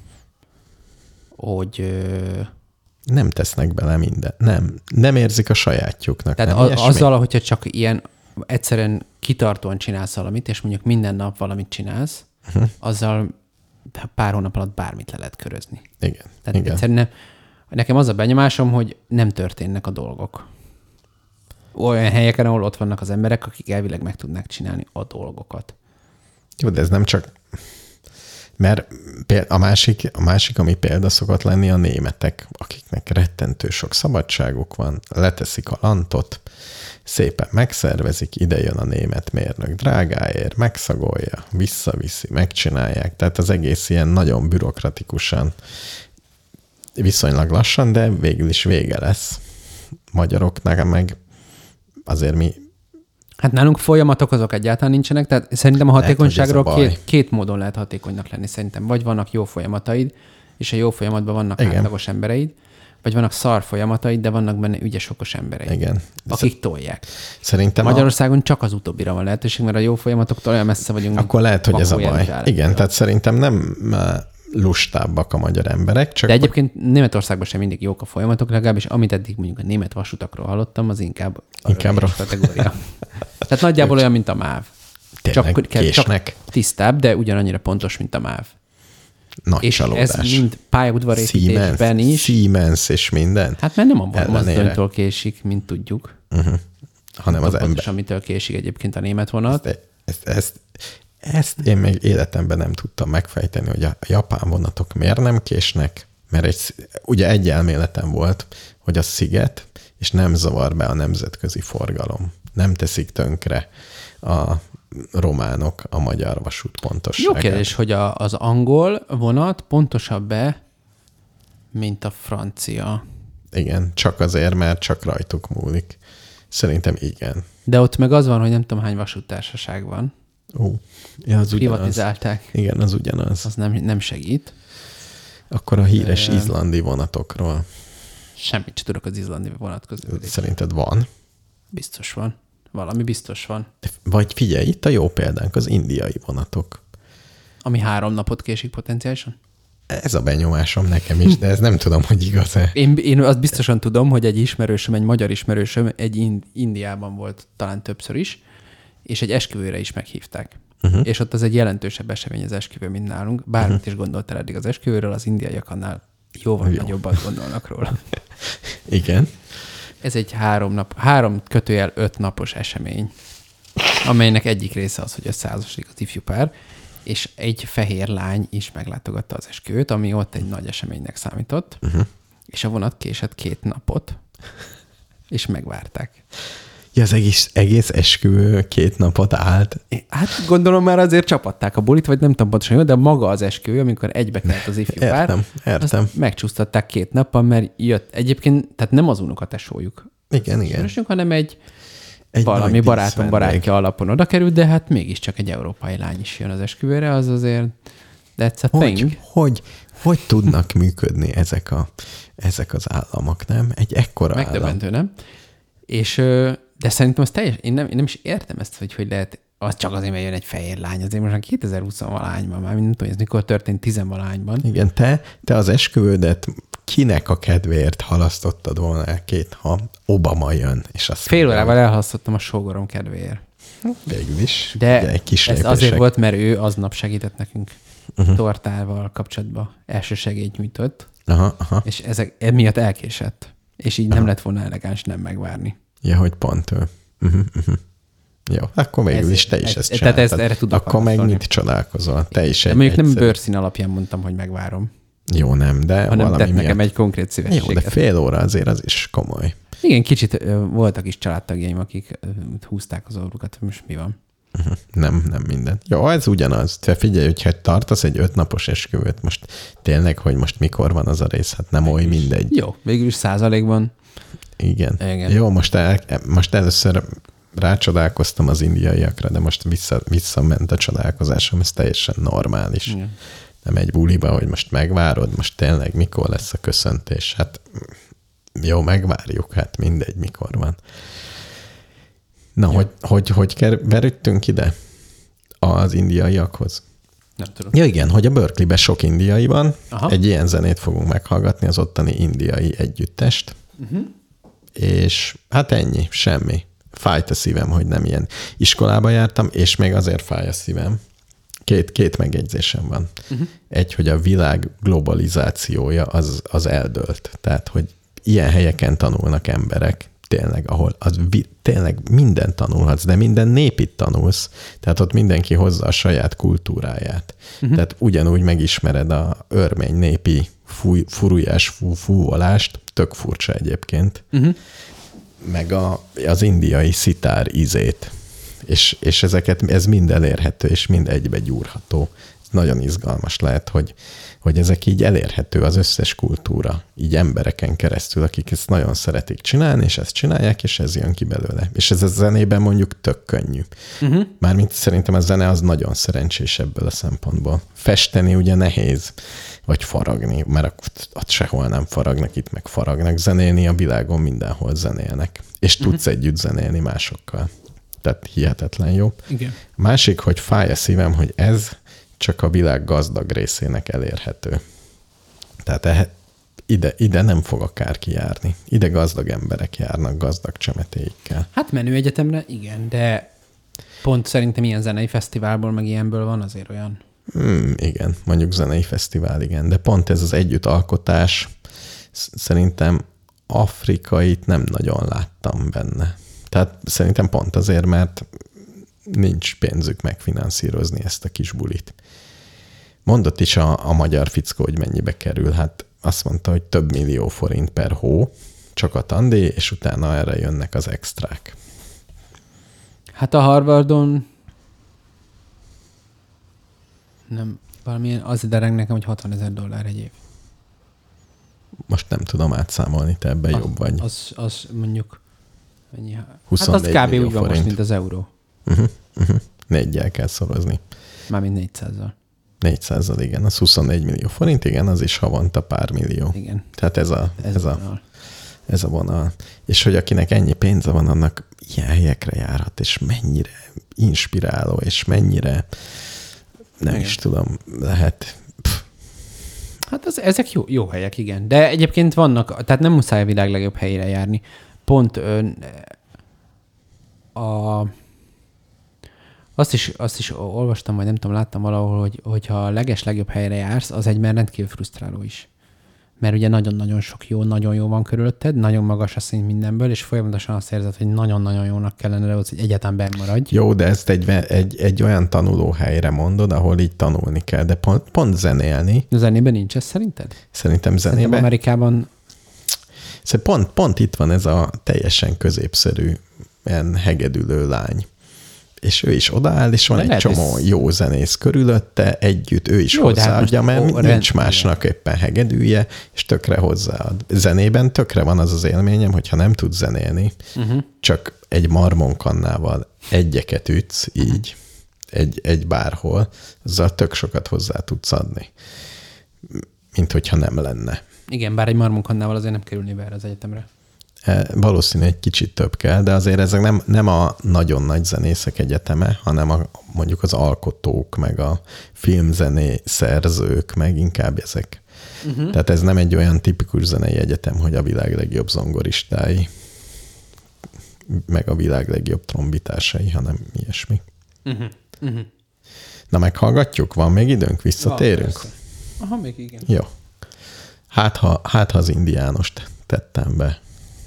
nem tesznek bele minden. Nem érzik a sajátjuknak. Tehát azzal, hogyha csak ilyen egyszerűen kitartóan csinálsz valamit, és mondjuk minden nap valamit csinálsz, azzal pár hónap alatt bármit le lehet körözni. Igen. Tehát igen. egyszerűen nekem az a benyomásom, hogy nem történnek a dolgok. Olyan helyeken, ahol ott vannak az emberek, akik elvileg meg tudnák csinálni a dolgokat. Jó, de ez nem csak... Mert a másik, ami példa szokott lenni, a németek, akiknek rettentő sok szabadságuk van, leteszik a lantot, szépen megszervezik, ide jön a német mérnök drágáért, megszagolja, visszaviszi, megcsinálják. Tehát az egész ilyen nagyon bürokratikusan, viszonylag lassan, de végül is vége lesz. Magyaroknak meg azért mi... Hát nálunk folyamatok azok egyáltalán nincsenek, tehát szerintem a hatékonyságról két módon lehet hatékonynak lenni szerintem. Vagy vannak jó folyamataid, és a jó folyamatban vannak átlagos embereid, vagy vannak szar folyamataid, de vannak benne ügyes, okos embereid, igen. akik tolják. Szerintem Magyarországon csak az utóbbira van lehetőség, mert a jó folyamatoktól olyan messze vagyunk. Akkor lehet, hogy ez a baj. Igen, tehát szerintem nem lustábbak a magyar emberek. Csak de egyébként Németországban sem mindig jók a folyamatok, legalábbis amit eddig mondjuk a német vasutakról hallottam, az inkább kategória. Tehát nagyjából olyan, mint a MÁV. Csak tisztább, de ugyanannyira pontos, mint a MÁV. Nagy és csalódás. Ez mind pályaudvarépítésben is. Siemens és minden. Hát mert nem abban mozdonytól késik, mint tudjuk. Hanem az ember. Pontosan, amitől késik egyébként a német vonat. Ezt én még életemben nem tudtam megfejteni, hogy a japán vonatok miért nem késnek, mert ugye egy elméletem volt, hogy a sziget, és nem zavar be a nemzetközi forgalom. Nem teszik tönkre a románok a magyar vasút pontosságát. Jó kérdés, hogy az angol vonat pontosabb-e, mint a francia? Igen, csak azért, mert csak rajtuk múlik. Szerintem igen. De ott meg az van, hogy nem tudom hány vasúttársaság van. Ja, az privatizálták. Ugyanaz. Igen, az ugyanaz. Az nem segít. Akkor a híres izlandi vonatokról. Semmit sem tudok az izlandi vonatkozó. Szerinted van? Biztos van. Valami biztos van. Vagy figyelj, itt a jó példánk, az indiai vonatok. Ami 3 napot késik potenciálisan? Ez a benyomásom nekem is, de ez nem tudom, hogy igaz-e. Én azt biztosan tudom, hogy egy magyar ismerősöm Indiában volt talán többször is, és egy esküvőre is meghívták. És ott az egy jelentősebb esemény az esküvő, mint nálunk. Bármit is gondoltál eddig az esküvőről, az indiaiak annál jóval nagyobbat gondolnak róla. Igen. Ez egy 3/5 napos esemény, amelynek egyik része az, hogy összeházasodik az ifjú pár, és egy fehér lány is meglátogatta az esküvőt, ami ott egy nagy eseménynek számított, és a vonat késett 2 napot, és megvárták. Ja, az egész esküvő 2 napot állt. Hát gondolom már azért csapatták a bulit, vagy nem tudom pontosan, de maga az esküvő, amikor egybe kelt az ifjú pár, értem. megcsúsztatták 2 nappal, mert jött egyébként, tehát nem az unokatesójuk. Igen. Hanem egy valami barátom barátja alapon oda került, de hát mégiscsak egy európai lány is jön az esküvőre, az azért that's a thing. Hogy tudnak működni ezek az államok, nem? Egy ekkora megdöbbentő, nem? És de szerintem az teljes, én nem is értem ezt, hogy lehet, az csak azért, mert jön egy fehér lány, azért most 2020-valányban már, nem tudom, ez mikor történt 10-valányban. Igen, te az esküvődet kinek a kedvéért halasztottad volna el ha Obama jön? És azt fél órával elhalasztottam a sógorom kedvéért. Végül is. De egy kis ez azért volt, mert ő aznap segített nekünk tortával kapcsolatban, elsősegélyt nyújtott, és emiatt elkésett. És így nem lett volna elegáns nem megvárni. Ja, hogy pont ő. Jó, akkor végül is te is ezt csináltad. Tehát erre tudok akkor meg mit csodálkozol? Te is egy mondjuk nem bőrszín alapján mondtam, hogy megvárom. Jó, nem, de hanem valami miatt. Nekem egy konkrét szívességet. Jó, de fél óra azért az is komoly. Igen, kicsit voltak is családtagjaim, akik húzták az orrukat, most mi van? Nem minden. Jó, ez ugyanaz. Te figyelj, hogyha tartasz egy 5 napos esküvőt, most tényleg, hogy most mikor van az a rész, hát nem oly mindegy. Jó, végül is százalékban. Igen. Jó, most először rácsodálkoztam az indiaiakra, de most visszament a csodálkozásom, ez teljesen normális. Igen. nem egy buliba, hogy most megvárod, most tényleg mikor lesz a köszöntés. Hát jó, megvárjuk, hát mindegy, mikor van. Na, hogy verődtünk ide az indiaiakhoz? Nem tudom. Ja igen, hogy a Berkeleyben sok indiai van, Aha. egy ilyen zenét fogunk meghallgatni, az ottani indiai együttest, és hát ennyi, semmi. Fájt a szívem, hogy nem ilyen iskolába jártam, és még azért fáj a szívem. Két megjegyzésem van. Egy, hogy a világ globalizációja az eldőlt. Tehát, hogy ilyen helyeken tanulnak emberek, tényleg, ahol tényleg mindent tanulhatsz, de minden népit tanulsz, tehát ott mindenki hozza a saját kultúráját. Tehát ugyanúgy megismered a örmény népi furujás fúvolást, tök furcsa egyébként, meg az indiai szitár ízét. És ez mind elérhető, és mind egybe gyúrható. Ez nagyon izgalmas lehet, hogy ezek így elérhető az összes kultúra, így embereken keresztül, akik ezt nagyon szeretik csinálni, és ezt csinálják, és ez jön ki belőle. És ez a zenében mondjuk tök könnyű. Mármint szerintem a zene az nagyon szerencsés ebből a szempontból. Festeni ugye nehéz, vagy faragni, mert ott sehol nem faragnak, itt meg faragnak. Zenélni a világon mindenhol zenélnek. És tudsz együtt zenélni másokkal. Tehát hihetetlen jó. Igen. Másik, hogy fáj a szívem, hogy ez csak a világ gazdag részének elérhető. Tehát ide nem fog akárki járni. Ide gazdag emberek járnak gazdag csemetéikkel. Hát menő egyetemre, igen, de pont szerintem ilyen zenei fesztiválból, meg ilyenből van azért olyan. Igen, mondjuk zenei fesztivál, igen. De pont ez az együttalkotás, szerintem afrikait nem nagyon láttam benne. Tehát szerintem pont azért, mert nincs pénzük megfinanszírozni ezt a kis bulit. Mondott is a magyar fickó, hogy mennyibe kerül. Hát azt mondta, hogy több millió forint per hó, csak a tandíj, és utána erre jönnek az extrák. Hát a Harvardon nem, valamilyen, az dereng nekem, hogy $60,000 egy év. Most nem tudom átszámolni, te ebben jobb vagy. Az mondjuk mennyi? 24 hát az kb. millió Úgy van forint. most, mint az euró. 4-jel kell szorozni. Mármint 400-zal. 400-zal, igen. Az 24 millió forint, igen, az is havonta pár millió. Igen. Tehát ez a vonal. És hogy akinek ennyi pénze van, annak ilyen helyekre járhat, és mennyire inspiráló, és mennyire nem is tudom, lehet. Hát ezek jó helyek, igen. De egyébként vannak, tehát nem muszáj a világ legjobb helyére járni. Pont azt is olvastam, vagy nem tudom, láttam valahol, hogyha a legjobb helyre jársz, az egyben rendkívül frusztráló is. Mert ugye nagyon-nagyon sok nagyon jó van körülötted, nagyon magas a szint mindenből, és folyamatosan azt érzed, hogy nagyon-nagyon jónak kellene ahhoz, hogy egyáltalán benn maradj. Jó, de ezt egy olyan tanulóhelyre mondod, ahol így tanulni kell, de pont zenélni. A zenében nincs ez szerinted? Szerintem zenében. Amerikában... Pont itt van ez a teljesen középszerű, ilyen hegedülő lány. És ő is odaáll, és van egy csomó jó zenész körülötte, együtt ő is hozzáadja, mert nincs másnak éppen hegedűje, és tökre hozzáad. Zenében tökre van az élményem, hogyha nem tudsz zenélni, csak egy marmonkannával egyeket ütsz így, egy bárhol, azzal tök sokat hozzá tudsz adni, mint hogyha nem lenne. Igen, bár egy marmonkannával azért nem kerülni be erre az egyetemre. Valószínű egy kicsit több kell, de azért ezek nem a nagyon nagy zenészek egyeteme, hanem mondjuk az alkotók, meg a filmzené szerzők, meg inkább ezek. Tehát ez nem egy olyan tipikus zenei egyetem, hogy a világ legjobb zongoristái, meg a világ legjobb trombitásai, hanem ilyesmi. Na, meghallgatjuk? Van még időnk? Visszatérünk? Aha, még igen. Jó. Hát, ha az indiánost tettem be.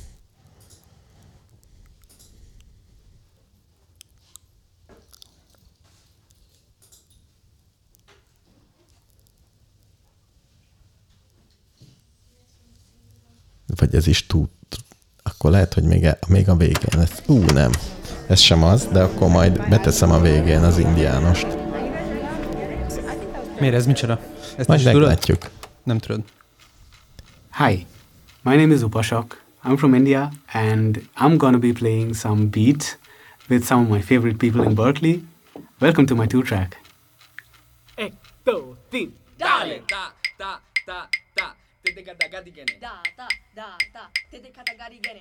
Vagy ez is túl, akkor lehet, hogy még a végén lesz. Nem. Ez sem az, de akkor majd beteszem a végén az indiánost. Miért ez micsoda? Ezt majd meglátjuk. Nem tudod. Hi, my name is Upashok. I'm from India and I'm gonna be playing some beats with some of my favorite people in Berkeley. Welcome to my 2-track. 1, 2, 3. Dale. Da, da, da, da. Tete kata gati gene. Da, da, da, da. Tete kata gari gene.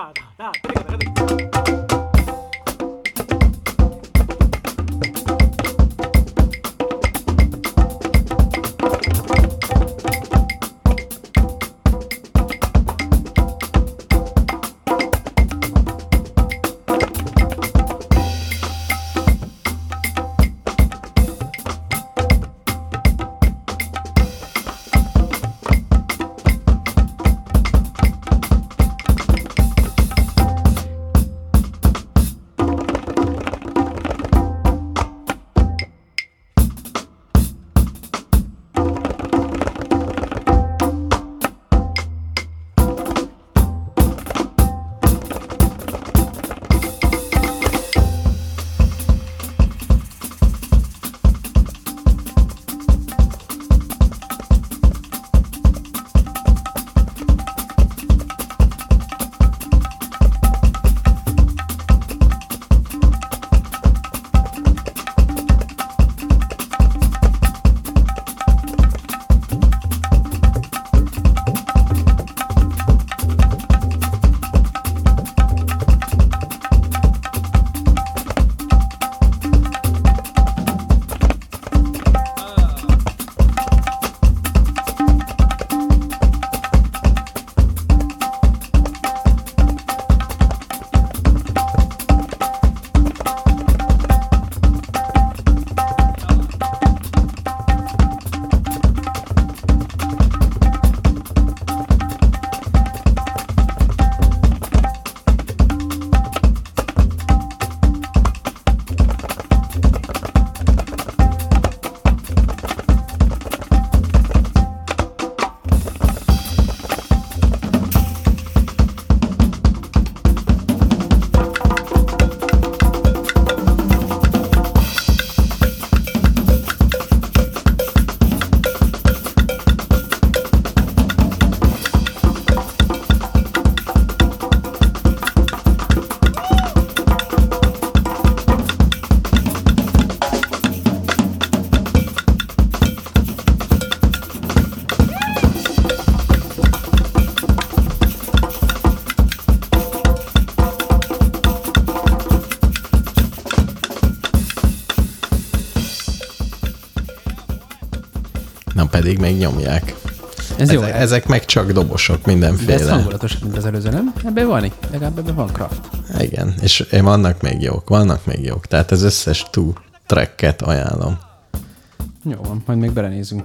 Na pedig még nyomják. Ez jó. Ezek meg csak dobosok mindenféle. De ez hangulatosabb, mint az előző, nem? Ebben van, legalább ebben van craft. Igen, és vannak még jók. Tehát az összes tracket ajánlom. Jó van, majd még belenézünk.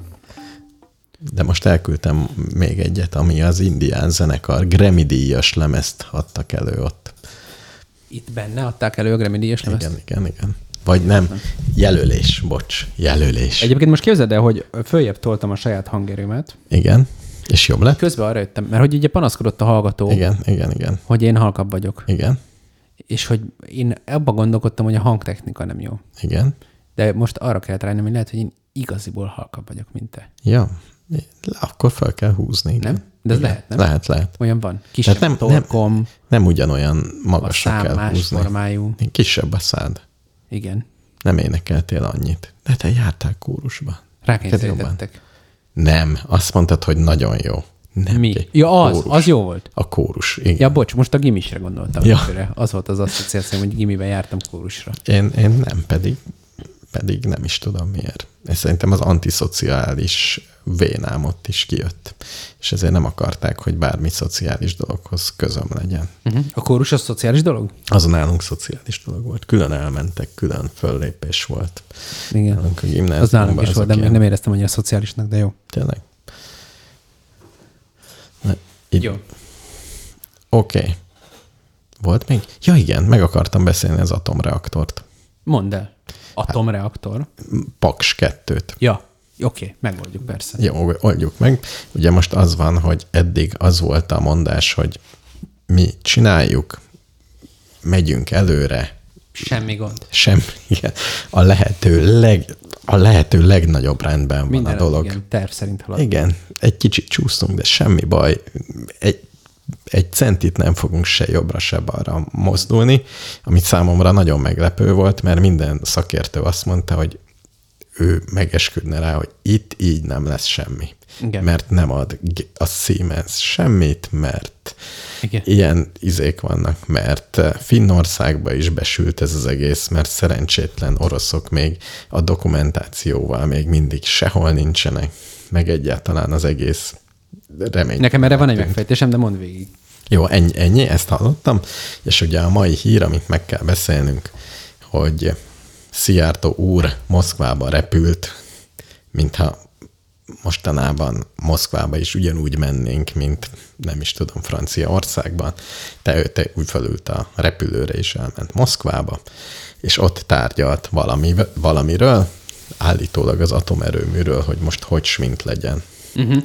De most elküldtem még egyet, ami az indián zenekar Grammy-díjas lemezt adtak elő ott. Itt benne adták elő a Grammy-díjas lemezt? Igen. Vagy nem, jelölés. Egyébként most képzeld el, hogy följebb toltam a saját hangerőmet. Igen, és jobb lett? Közben arra jöttem, mert hogy ugye panaszkodott a hallgató. Igen. Hogy én halkabb vagyok. Igen. És hogy én abban gondolkodtam, hogy a hangtechnika nem jó. Igen. De most arra kellett rájönnem, hogy lehet, hogy én igaziból halkabb vagyok, mint te. Ja, akkor fel kell húzni. Nem? De ez lehet, nem? Lehet. Olyan van. Kisebb torkom. Nem ugyanolyan magasra kell más húzni. formájú. Kisebb a szád. Igen. Nem énekeltél annyit. De te jártál kórusba. Rákényszerítettek. Nem, azt mondtad, hogy nagyon jó. Nem, mi? Ja, az jó volt. A kórus, igen. Ja, bocs, most a gimisre gondoltam. Ja. Az volt az asszociációm, hogy gimiben jártam kórusra. Én nem, pedig nem is tudom miért. És szerintem az antiszociális vénám ott is kijött. És ezért nem akarták, hogy bármi szociális dologhoz közöm legyen. Uh-huh. A kórus az szociális dolog? Az nálunk szociális dolog volt. Külön elmentek, külön föllépés volt. Igen. Az nálunk is volt, de még nem éreztem annyira szociálisnak, de jó. Tényleg? Jó. Oké. Volt még? Ja igen, meg akartam beszélni az atomreaktort. Mondd el. Atomreaktor? Paks 2-t. Ja, oké, megoldjuk persze. Jó, oldjuk meg. Ugye most az van, hogy eddig az volt a mondás, hogy mi csináljuk, megyünk előre. Semmi gond. Igen. A lehető legnagyobb rendben minden van a dolog. Igen, terv szerint halad. Igen, egy kicsit csúsztunk, de semmi baj. Egy centit nem fogunk se jobbra, se balra mozdulni, amit számomra nagyon meglepő volt, mert minden szakértő azt mondta, hogy ő megesküdne rá, hogy itt így nem lesz semmi. Igen. Mert nem ad a Siemens semmit, mert igen. Ilyen izék vannak, mert Finnországba is besült ez az egész, mert szerencsétlen oroszok még a dokumentációval még mindig sehol nincsenek, meg egyáltalán az egész remény. Nekem erre van egy megfejtésem, de mondd végig. Jó, ennyi, ezt hallottam, és ugye a mai hír, amit meg kell beszélnünk, hogy Szijjártó úr Moszkvába repült, mintha mostanában Moszkvába is ugyanúgy mennénk, mint nem is tudom, Franciaországban. Te úgy felült a repülőre és elment Moszkvába, és ott tárgyalt valamiről, állítólag az atomerőműről, hogy most hogy smint legyen. Uh-huh.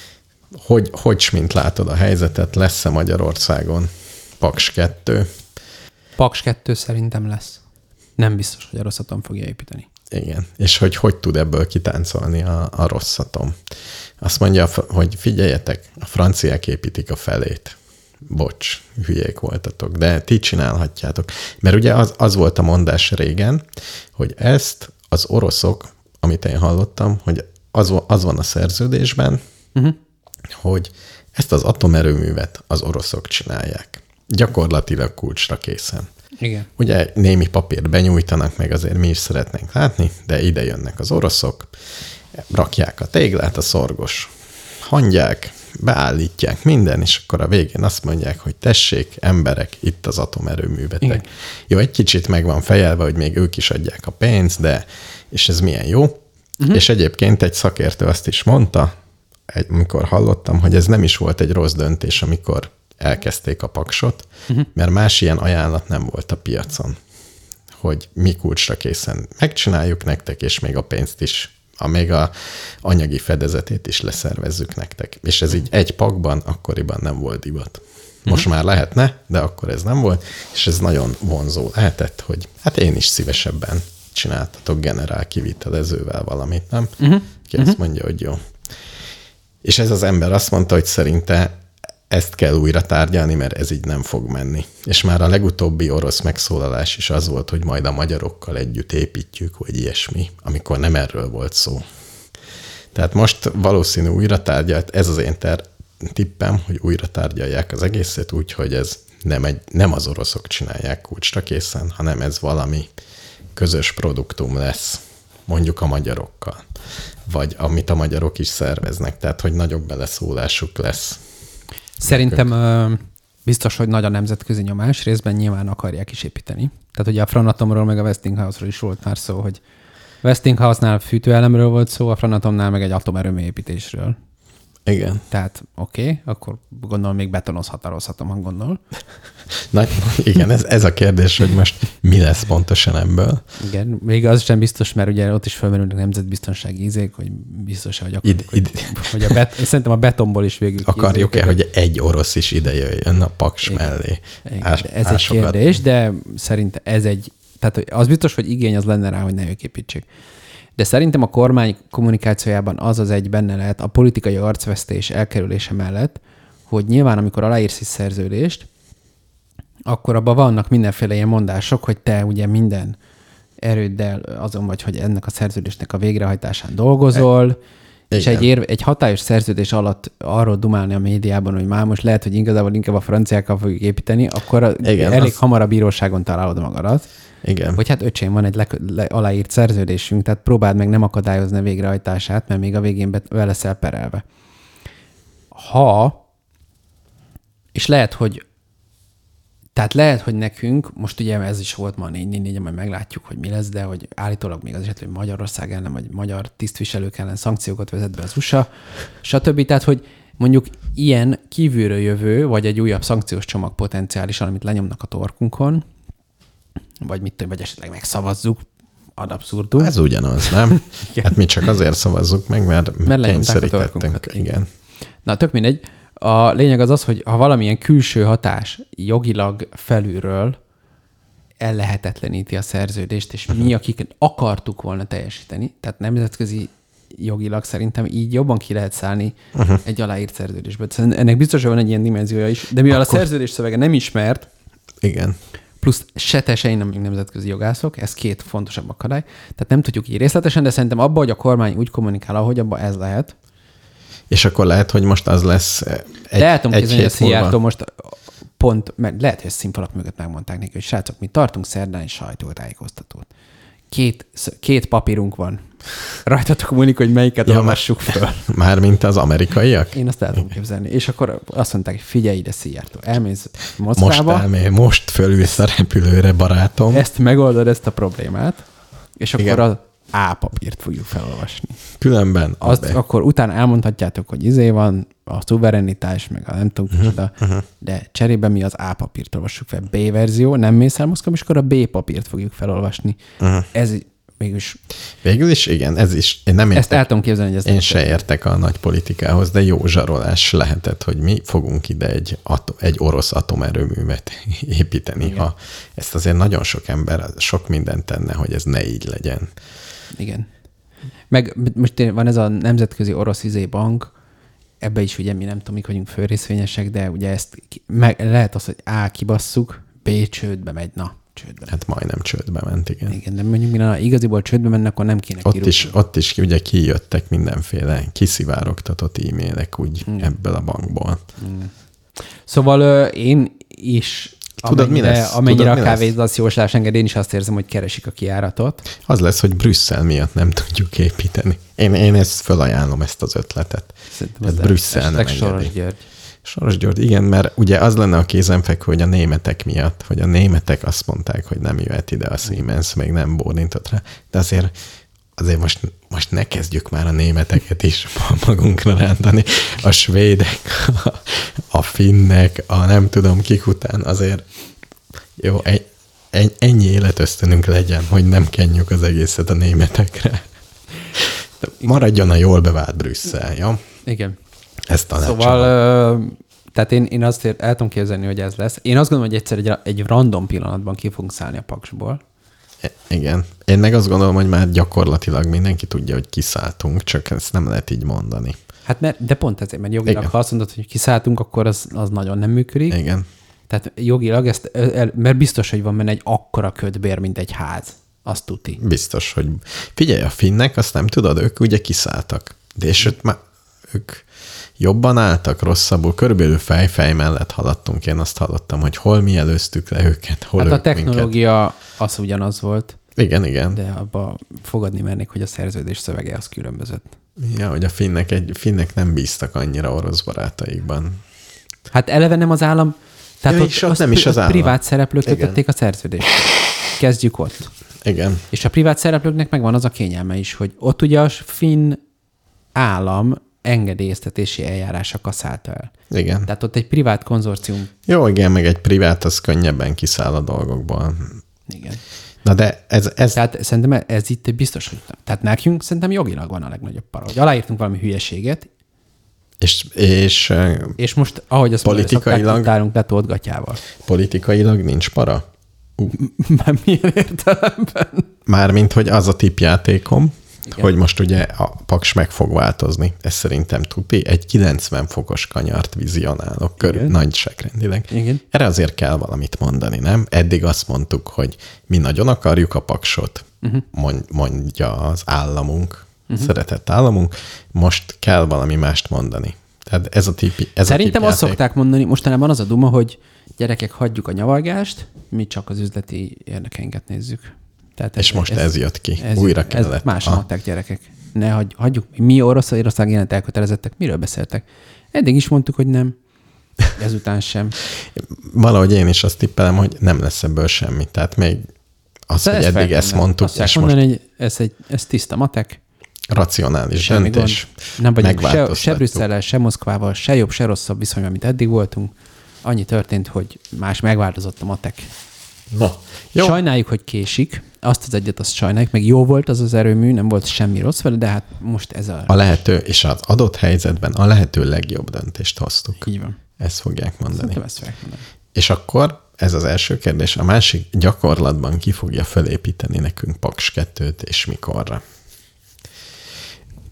Hogy smint látod a helyzetet? Lesz-e Magyarországon Paks 2? Paks 2 szerintem lesz. Nem biztos, hogy a Rosszatom fogja építeni. Igen, és hogy tud ebből kitáncolni a Rosszatom. Azt mondja, hogy figyeljetek, a franciák építik a felét. Bocs, hülyék voltatok, de ti csinálhatjátok. Mert ugye az volt a mondás régen, hogy ezt az oroszok, amit én hallottam, hogy az van a szerződésben, uh-huh. hogy ezt az atomerőművet az oroszok csinálják. Gyakorlatilag kulcsra készen. Igen. Ugye némi papírt benyújtanak, meg azért mi is szeretnénk látni, de ide jönnek az oroszok, rakják a téglát, a szorgos hangyák, beállítják minden, és akkor a végén azt mondják, hogy tessék, emberek, itt az atomerőművetek. Igen. Jó, egy kicsit meg van fejelve, hogy még ők is adják a pénzt, de és ez milyen jó. Uh-huh. És egyébként egy szakértő azt is mondta, amikor hallottam, hogy ez nem is volt egy rossz döntés, amikor elkezdték a Paksot, uh-huh. mert más ilyen ajánlat nem volt a piacon, hogy mi kulcsra készen megcsináljuk nektek, és még a pénzt is, még a anyagi fedezetét is leszervezzük nektek. És ez így egy pakban akkoriban nem volt divat. Most már lehetne, de akkor ez nem volt, és ez nagyon vonzó lehetett, hogy hát én is szívesebben csináltatok generál kivitelezővel valamit, nem? Uh-huh. Ki azt mondja, hogy jó. És ez az ember azt mondta, hogy szerinte ezt kell újra tárgyalni, mert ez így nem fog menni. És már a legutóbbi orosz megszólalás is az volt, hogy majd a magyarokkal együtt építjük, vagy ilyesmi, amikor nem erről volt szó. Tehát most valószínű újra tárgyalt, ez az én tippem, hogy újra tárgyalják az egészet úgy, hogy ez nem az oroszok csinálják kulcsra készen, hanem ez valami közös produktum lesz, mondjuk a magyarokkal, vagy amit a magyarok is szerveznek, tehát hogy nagyobb beleszólásuk lesz. Szerintem biztos, hogy nagy a nemzetközi nyomás, részben nyilván akarják is építeni. Tehát ugye a Franatomról meg a Westinghouse-ról is volt már szó, hogy Westinghouse-nál fűtőelemről volt szó, a Franatomnál meg egy atomerőmű építésről. Igen. Tehát oké, akkor gondolom még betonozhat a Rosszatom, ha gondol. Na, igen, ez a kérdés, hogy most mi lesz pontosan ebből. Igen, még az sem biztos, mert ugye ott is felmerülnek nemzetbiztonsági ízék, hogy biztos, hogy akarjuk, szerintem a betonból is végül akarjuk-e, hogy egy orosz is ide jöjjön a Paks mellé. Ez egy kérdés, de szerintem tehát az biztos, hogy igény az lenne rá, hogy ne ők építsék. De szerintem a kormány kommunikációjában az egy benne lehet a politikai arcvesztés elkerülése mellett, hogy nyilván amikor aláírsz egy szerződést, akkor abban vannak mindenféle ilyen mondások, hogy te ugye minden erőddel azon vagy, hogy ennek a szerződésnek a végrehajtásán dolgozol, és egy hatályos szerződés alatt arról dumálni a médiában, hogy már most lehet, hogy igazából inkább a franciákkal fogjuk építeni, akkor elég hamar a bíróságon találod magadat. Igen. Hogy hát öcsém, van egy aláírt szerződésünk, tehát próbáld meg nem akadályozni a végrehajtását, mert még a végén be leszel perelve. És lehet, hogy nekünk, most ugye ez is volt ma a 444, majd meglátjuk, hogy mi lesz, de hogy állítólag még az is, hogy Magyarország ellen, vagy magyar tisztviselők ellen szankciókat vezet be az USA, stb. Tehát, hogy mondjuk ilyen kívülről jövő, vagy egy újabb szankciós csomag potenciálisan, amit lenyomnak a torkunkon, vagy vagy esetleg megszavazzuk, ad abszurdum. Ez ugyanaz, nem? Hát mi csak azért szavazzuk meg, mert kényszerítettünk. Igen. Na, tök mindegy. A lényeg az, hogy ha valamilyen külső hatás jogilag felülről ellehetetleníti a szerződést, és mi, akik akartuk volna teljesíteni, tehát nemzetközi jogilag szerintem így jobban ki lehet szállni egy aláírt szerződésből. Ennek biztos, hogy van egy ilyen dimenziója is, de mivel a szerződés szövege nem ismert, igen, Plusz se te, se én nem nemzetközi jogászok, ez két fontosabb akadály. Tehát nem tudjuk így részletesen, de szerintem abban, hogy a kormány úgy kommunikál, ahogy abban ez lehet. És akkor lehet, hogy most az lesz Lehet tudom képzelni, hogy a Szijjártó most pont, mert lehet, hogy a színfalak mögött megmondták neki, hogy srácok, mi tartunk szerdán egy sajtótájékoztatót. Két papírunk van. Rajtatok múlik, hogy melyiket olvassuk föl. Mármint az amerikaiak? Én azt el tudom képzelni. És akkor azt mondták, hogy figyelj ide, Szijjártó, elmész Moszkvába. Most fölülsz a repülőre, barátom. Ezt megoldod, ezt a problémát, és akkor az A papírt fogjuk felolvasni. Különben. Akkor utána elmondhatjátok, hogy van a szuverenitás, meg a nem tudom, de cserébe mi az A papírt olvassuk fel. B verzió, nem mész el Moszkvába, és akkor a B papírt fogjuk felolvasni. Ez Végül is, igen, ez is. Én nem értek, ezt el tudom képzelni, hogy ez én se értek a nagy politikához, de jó zsarolás lehetett, hogy mi fogunk ide egy orosz atomerőművet építeni. Igen. Ha ezt azért nagyon sok ember, sok mindent tenne, hogy ez ne így legyen. Igen. Meg most van ez a nemzetközi orosz bank, ebbe is ugye mi nem tudom, mik vagyunk főrészvényesek, de ugye ezt lehet az, hogy A kibasszuk, B csődbe megy, csődbe. Hát majdnem csődbe ment, igen. Igen, de mondjuk mire igaziból csődbe mennek, akkor nem kéne kirúgni. Ott is ugye kijöttek mindenféle kiszivárogtatott e-mailek úgy ebből a bankból. Szóval én is, amennyire a kávézás jóslás enged, én is azt érzem, hogy keresik a kijáratot. Az lesz, hogy Brüsszel miatt nem tudjuk építeni. Én ezt felajánlom, ezt az ötletet. Tehát Brüsszel nem engedi. Soros György, igen, mert ugye az lenne a kézenfekvő, hogy a németek miatt, hogy a németek azt mondták, hogy nem jöhet ide a Siemens, még nem bódintott rá. De azért most ne kezdjük már a németeket is magunkra rántani. A svédek, a finnek, a nem tudom kik után azért jó, ennyi életösztönünk legyen, hogy nem kenjük az egészet a németekre. De maradjon a jól bevált Brüsszel, jó? Igen. Szóval, tehát én azt el tudom képzelni, hogy ez lesz. Én azt gondolom, hogy egyszer egy random pillanatban ki fogunk szállni a paksból. Igen. Én meg azt gondolom, hogy már gyakorlatilag mindenki tudja, hogy kiszálltunk, csak ezt nem lehet így mondani. Hát de pont ezért, mert jogilag, ha azt mondod, hogy kiszálltunk, akkor az nagyon nem működik. Igen. Tehát jogilag mert biztos, hogy van benne egy akkora kötbér, mint egy ház. Azt tuti. Biztos, hogy figyelj, a finnek, azt nem tudod, ők ugye kiszálltak. De és ők jobban álltak, rosszabbul, körülbelül fej mellett haladtunk. Én azt hallottam, hogy hol mi előztük le őket, hol hát a technológia minket. Az ugyanaz volt. Igen. De abba fogadni mernék, hogy a szerződés szövege az különbözött. Ja, hogy a finnek nem bíztak annyira orosz barátaikban. Hát eleve nem az állam, tehát ott nem is az állam. Privát szereplők kötötték a szerződést. Kezdjük ott. Igen. És a privát szereplőknek megvan az a kényelme is, hogy ott ugye a finn állam engedélyeztetési eljárása kaszálta el. Igen. Tehát ott egy privát konzorcium. Jó, igen, meg egy privát, az könnyebben kiszáll a dolgokból. Igen. Na de ez... Tehát szerintem ez itt biztos, hogy... Tehát nekünk szerintem jogilag van a legnagyobb para. Hogy aláírtunk valami hülyeséget, és most, ahogy azt politikailag mondani, letolt gatyával. Politikailag nincs para? Már milyen értelemben? Mármint, hogy az a tippjátékom, igen, hogy most ugye a paks meg fog változni. Ez szerintem tuti. Egy 90 fokos kanyart vizionálok körül, nagyságrendileg. Igen. Erre azért kell valamit mondani, nem? Eddig azt mondtuk, hogy mi nagyon akarjuk a paksot, mondja az államunk, szeretett államunk, most kell valami mást mondani. Tehát ez a szerintem azt szokták mondani, mostanában az a duma, hogy gyerekek, hagyjuk a nyavargást, mi csak az üzleti érdekeinket nézzük. Tehát és most ez jött ki. Újra kellett. Ez más mondták, gyerekek. Ne hagyjuk. Mi Oroszország jelent elkötelezettek. Miről beszéltek? Eddig is mondtuk, hogy nem. Ezután sem. Valahogy én is azt tippelem, hogy nem lesz ebből semmi. Tehát még az, hogy eddig ezt mondtuk. Azt mondani, hogy ez tiszta matek. Racionális döntés. Nem vagyunk se Brüsszellel, se Moszkvával, se jobb, se rosszabb viszonyban, mint eddig voltunk. Annyi történt, hogy más megváltozott a matek. Na, jó. Sajnáljuk, hogy késik. Azt az egyet, azt sajnáljuk. Meg jó volt az erőmű, nem volt semmi rossz vele, de hát most ez a lehető, és az adott helyzetben a lehető legjobb döntést hoztuk. Így van. Ezt fogják mondani. Szerintem ezt fogják mondani. És akkor ez az első kérdés. A másik gyakorlatban ki fogja felépíteni nekünk Paks 2-t, és mikorra?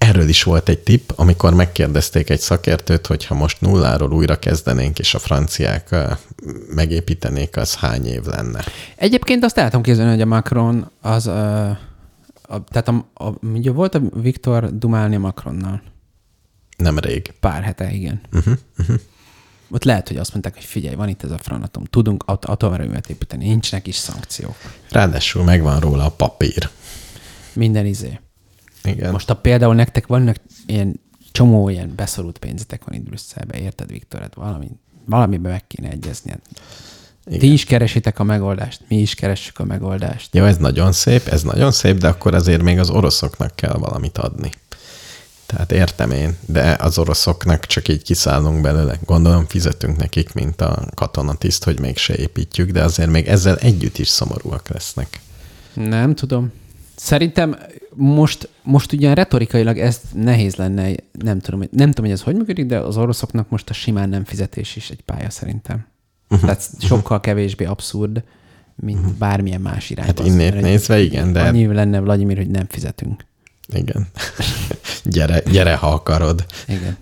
erről is volt egy tipp, amikor megkérdezték egy szakértőt, hogy ha most nulláról újra kezdenénk, és a franciák megépítenék, az hány év lenne? Egyébként azt el tudom képzelni, hogy a Macron az... tehát ugye volt a Viktor dumálni a Macronnal. Nemrég. Pár hete, igen. Ott lehet, hogy azt mondták, hogy figyelj, van itt ez a franatom, tudunk atomerőművet építeni, nincsenek is szankciók. Ráadásul megvan róla a papír. Minden izé. Igen. Most például nektek vannak ilyen csomó ilyen beszorult pénzetek van itt Brüsszelben, érted, Viktor? Hát valamiben meg kéne egyezni. Ti is keresitek a megoldást, mi is keressük a megoldást. Jó, ez nagyon szép, de akkor azért még az oroszoknak kell valamit adni. Tehát értem én, de az oroszoknak csak így kiszállunk belőle. Gondolom fizetünk nekik, mint a katonatiszt, hogy mégse építjük, de azért még ezzel együtt is szomorúak lesznek. Nem tudom. Szerintem most ugyan retorikailag ez nehéz lenne, nem tudom, hogy ez hogy működik, de az oroszoknak most a simán nem fizetés is egy pálya szerintem. Tehát sokkal kevésbé abszurd, mint bármilyen más irányba. Hát innét nézve, igen, de... Annyi lenne, Vladimir, hogy nem fizetünk. Igen. gyere, ha akarod. Igen.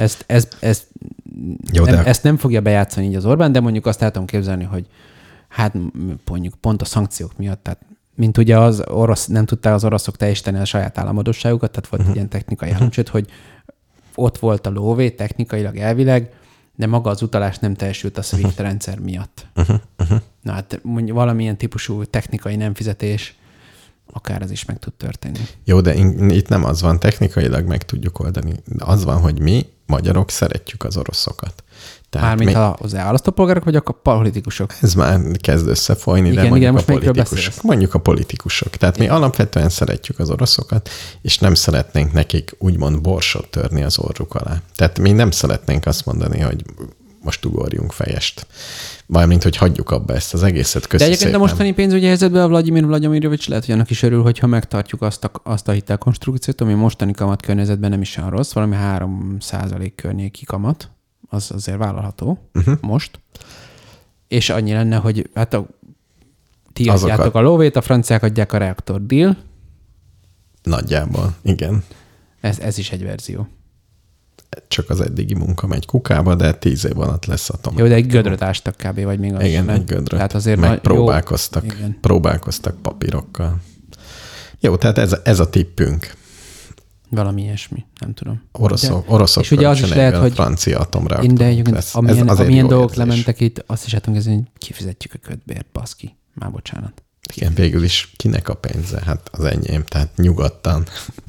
Ezt nem fogja bejátszani így az Orbán, de mondjuk azt el tudom képzelni, hogy hát mondjuk pont a szankciók miatt, tehát mint ugye nem tudták az oroszok teljesíteni a saját államadosságukat, tehát volt egy ilyen technikai államcsőd, hogy ott volt a lóvé technikailag elvileg, de maga az utalás nem teljesült a SWIFT rendszer miatt. Na hát mondjuk valamilyen típusú technikai nem fizetés, akár ez is meg tud történni. Jó, de itt nem az van, technikailag meg tudjuk oldani. Az van, hogy mi, magyarok, szeretjük az oroszokat. Mármint az választópolgárok, vagy a politikusok? Ez már kezd összefolyni, de mondjuk a politikusok. Tehát mi alapvetően szeretjük az oroszokat, és nem szeretnénk nekik úgymond borsot törni az orruk alá. Tehát mi nem szeretnénk azt mondani, hogy most ugorjunk fejest. Valamint, hogy hagyjuk abba ezt az egészet. Köszi de egyébként szépen. A mostani pénzügyi helyzetben a Vladimir Vladimirovics lehet, hogy annak is örül, hogyha megtartjuk azt a hitelkonstrukciót, ami mostani kamat környezetben nem is olyan rossz, valami 3% környéki kamat, az azért vállalható most. És annyi lenne, hogy hát ti adjátok a lóvét, a franciák adják a reaktor deal. Nagyjából, igen. Ez is egy verzió. Csak az eddigi munka megy kukába, de 10 év alatt lesz atom. Jó, de egy gödröt ástak kb. Vagy még az. Igen, egy gödröt. Tehát azért próbálkoztak papírokkal. Jó, tehát ez a tippünk. Valami ilyesmi, nem tudom. Oroszok és ugye az is lehet, hogy francia atomreaktor lesz. Amilyen dolgok lementek itt, azt is hát hogy kifizetjük a kötbért, baszki. Már bocsánat. Igen, végül is kinek a pénze? Hát az enyém, tehát nyugodtan.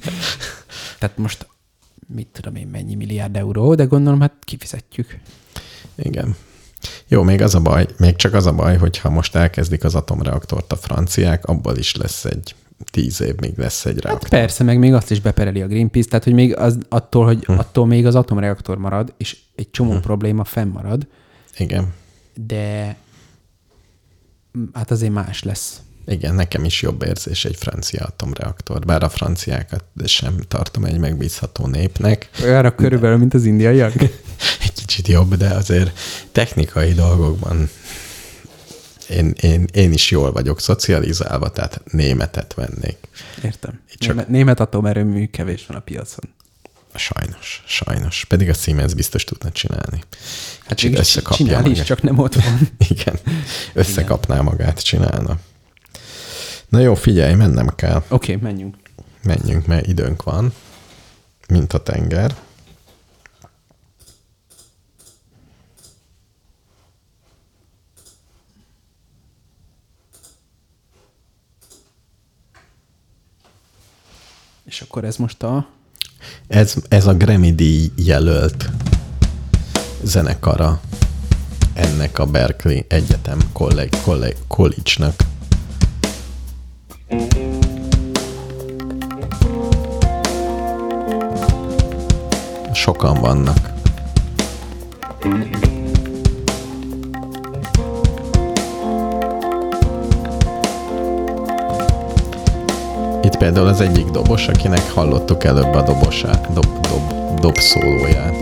Tehát most mit tudom én, mennyi milliárd euró, de gondolom, hát kifizetjük. Igen. Jó, még csak az a baj, hogyha most elkezdik az atomreaktort a franciák, abból is lesz egy 10 év, még lesz egy reaktor. Hát persze, meg még azt is bepereli a Greenpeace, tehát hogy még attól még az atomreaktor marad, és egy csomó probléma fennmarad. Igen. De hát azért más lesz. Igen, nekem is jobb érzés egy francia atomreaktor, bár a franciákat sem tartom egy megbízható népnek. Olyanra körülbelül, mint az indiaiak? Egy kicsit jobb, de azért technikai dolgokban én is jól vagyok szocializálva, tehát németet vennék. Értem. Német atomerőmű kevés van a piacon. Sajnos. Pedig a Siemens biztos tudna csinálni. Hát csinál is, csak nem ott van. Igen, összekapná magát, csinálna. Na jó, figyelj, mennem kell. Oké, menjünk. Menjünk, mert időnk van, mint a tenger. És akkor ez most a... Ez a Grammy-díj jelölt zenekara ennek a Berkeley Egyetem College-nak. Sokan vannak. Itt például az egyik dobos, akinek hallottuk előbb a dob szólóját.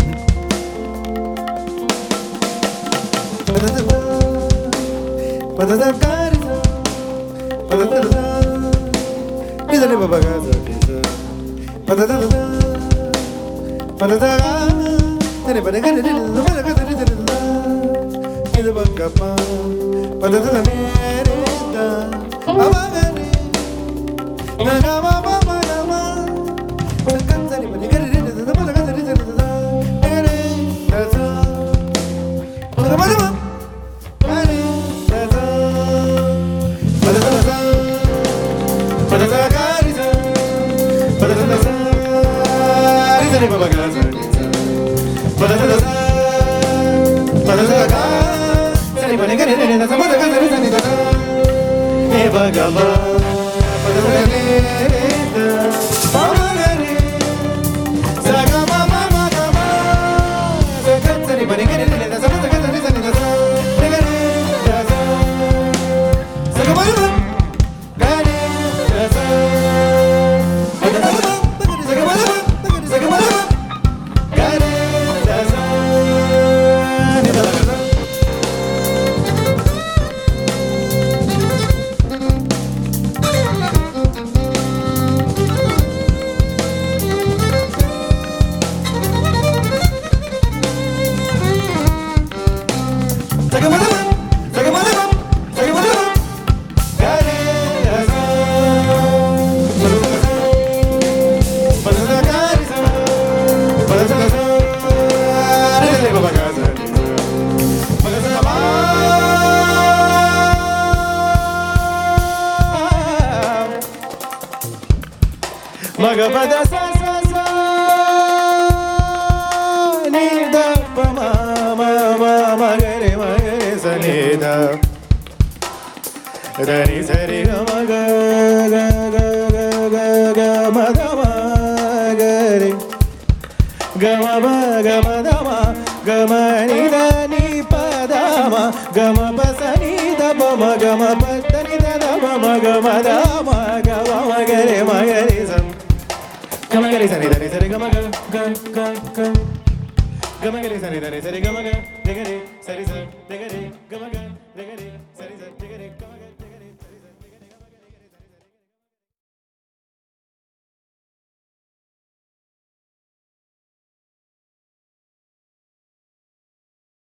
Gama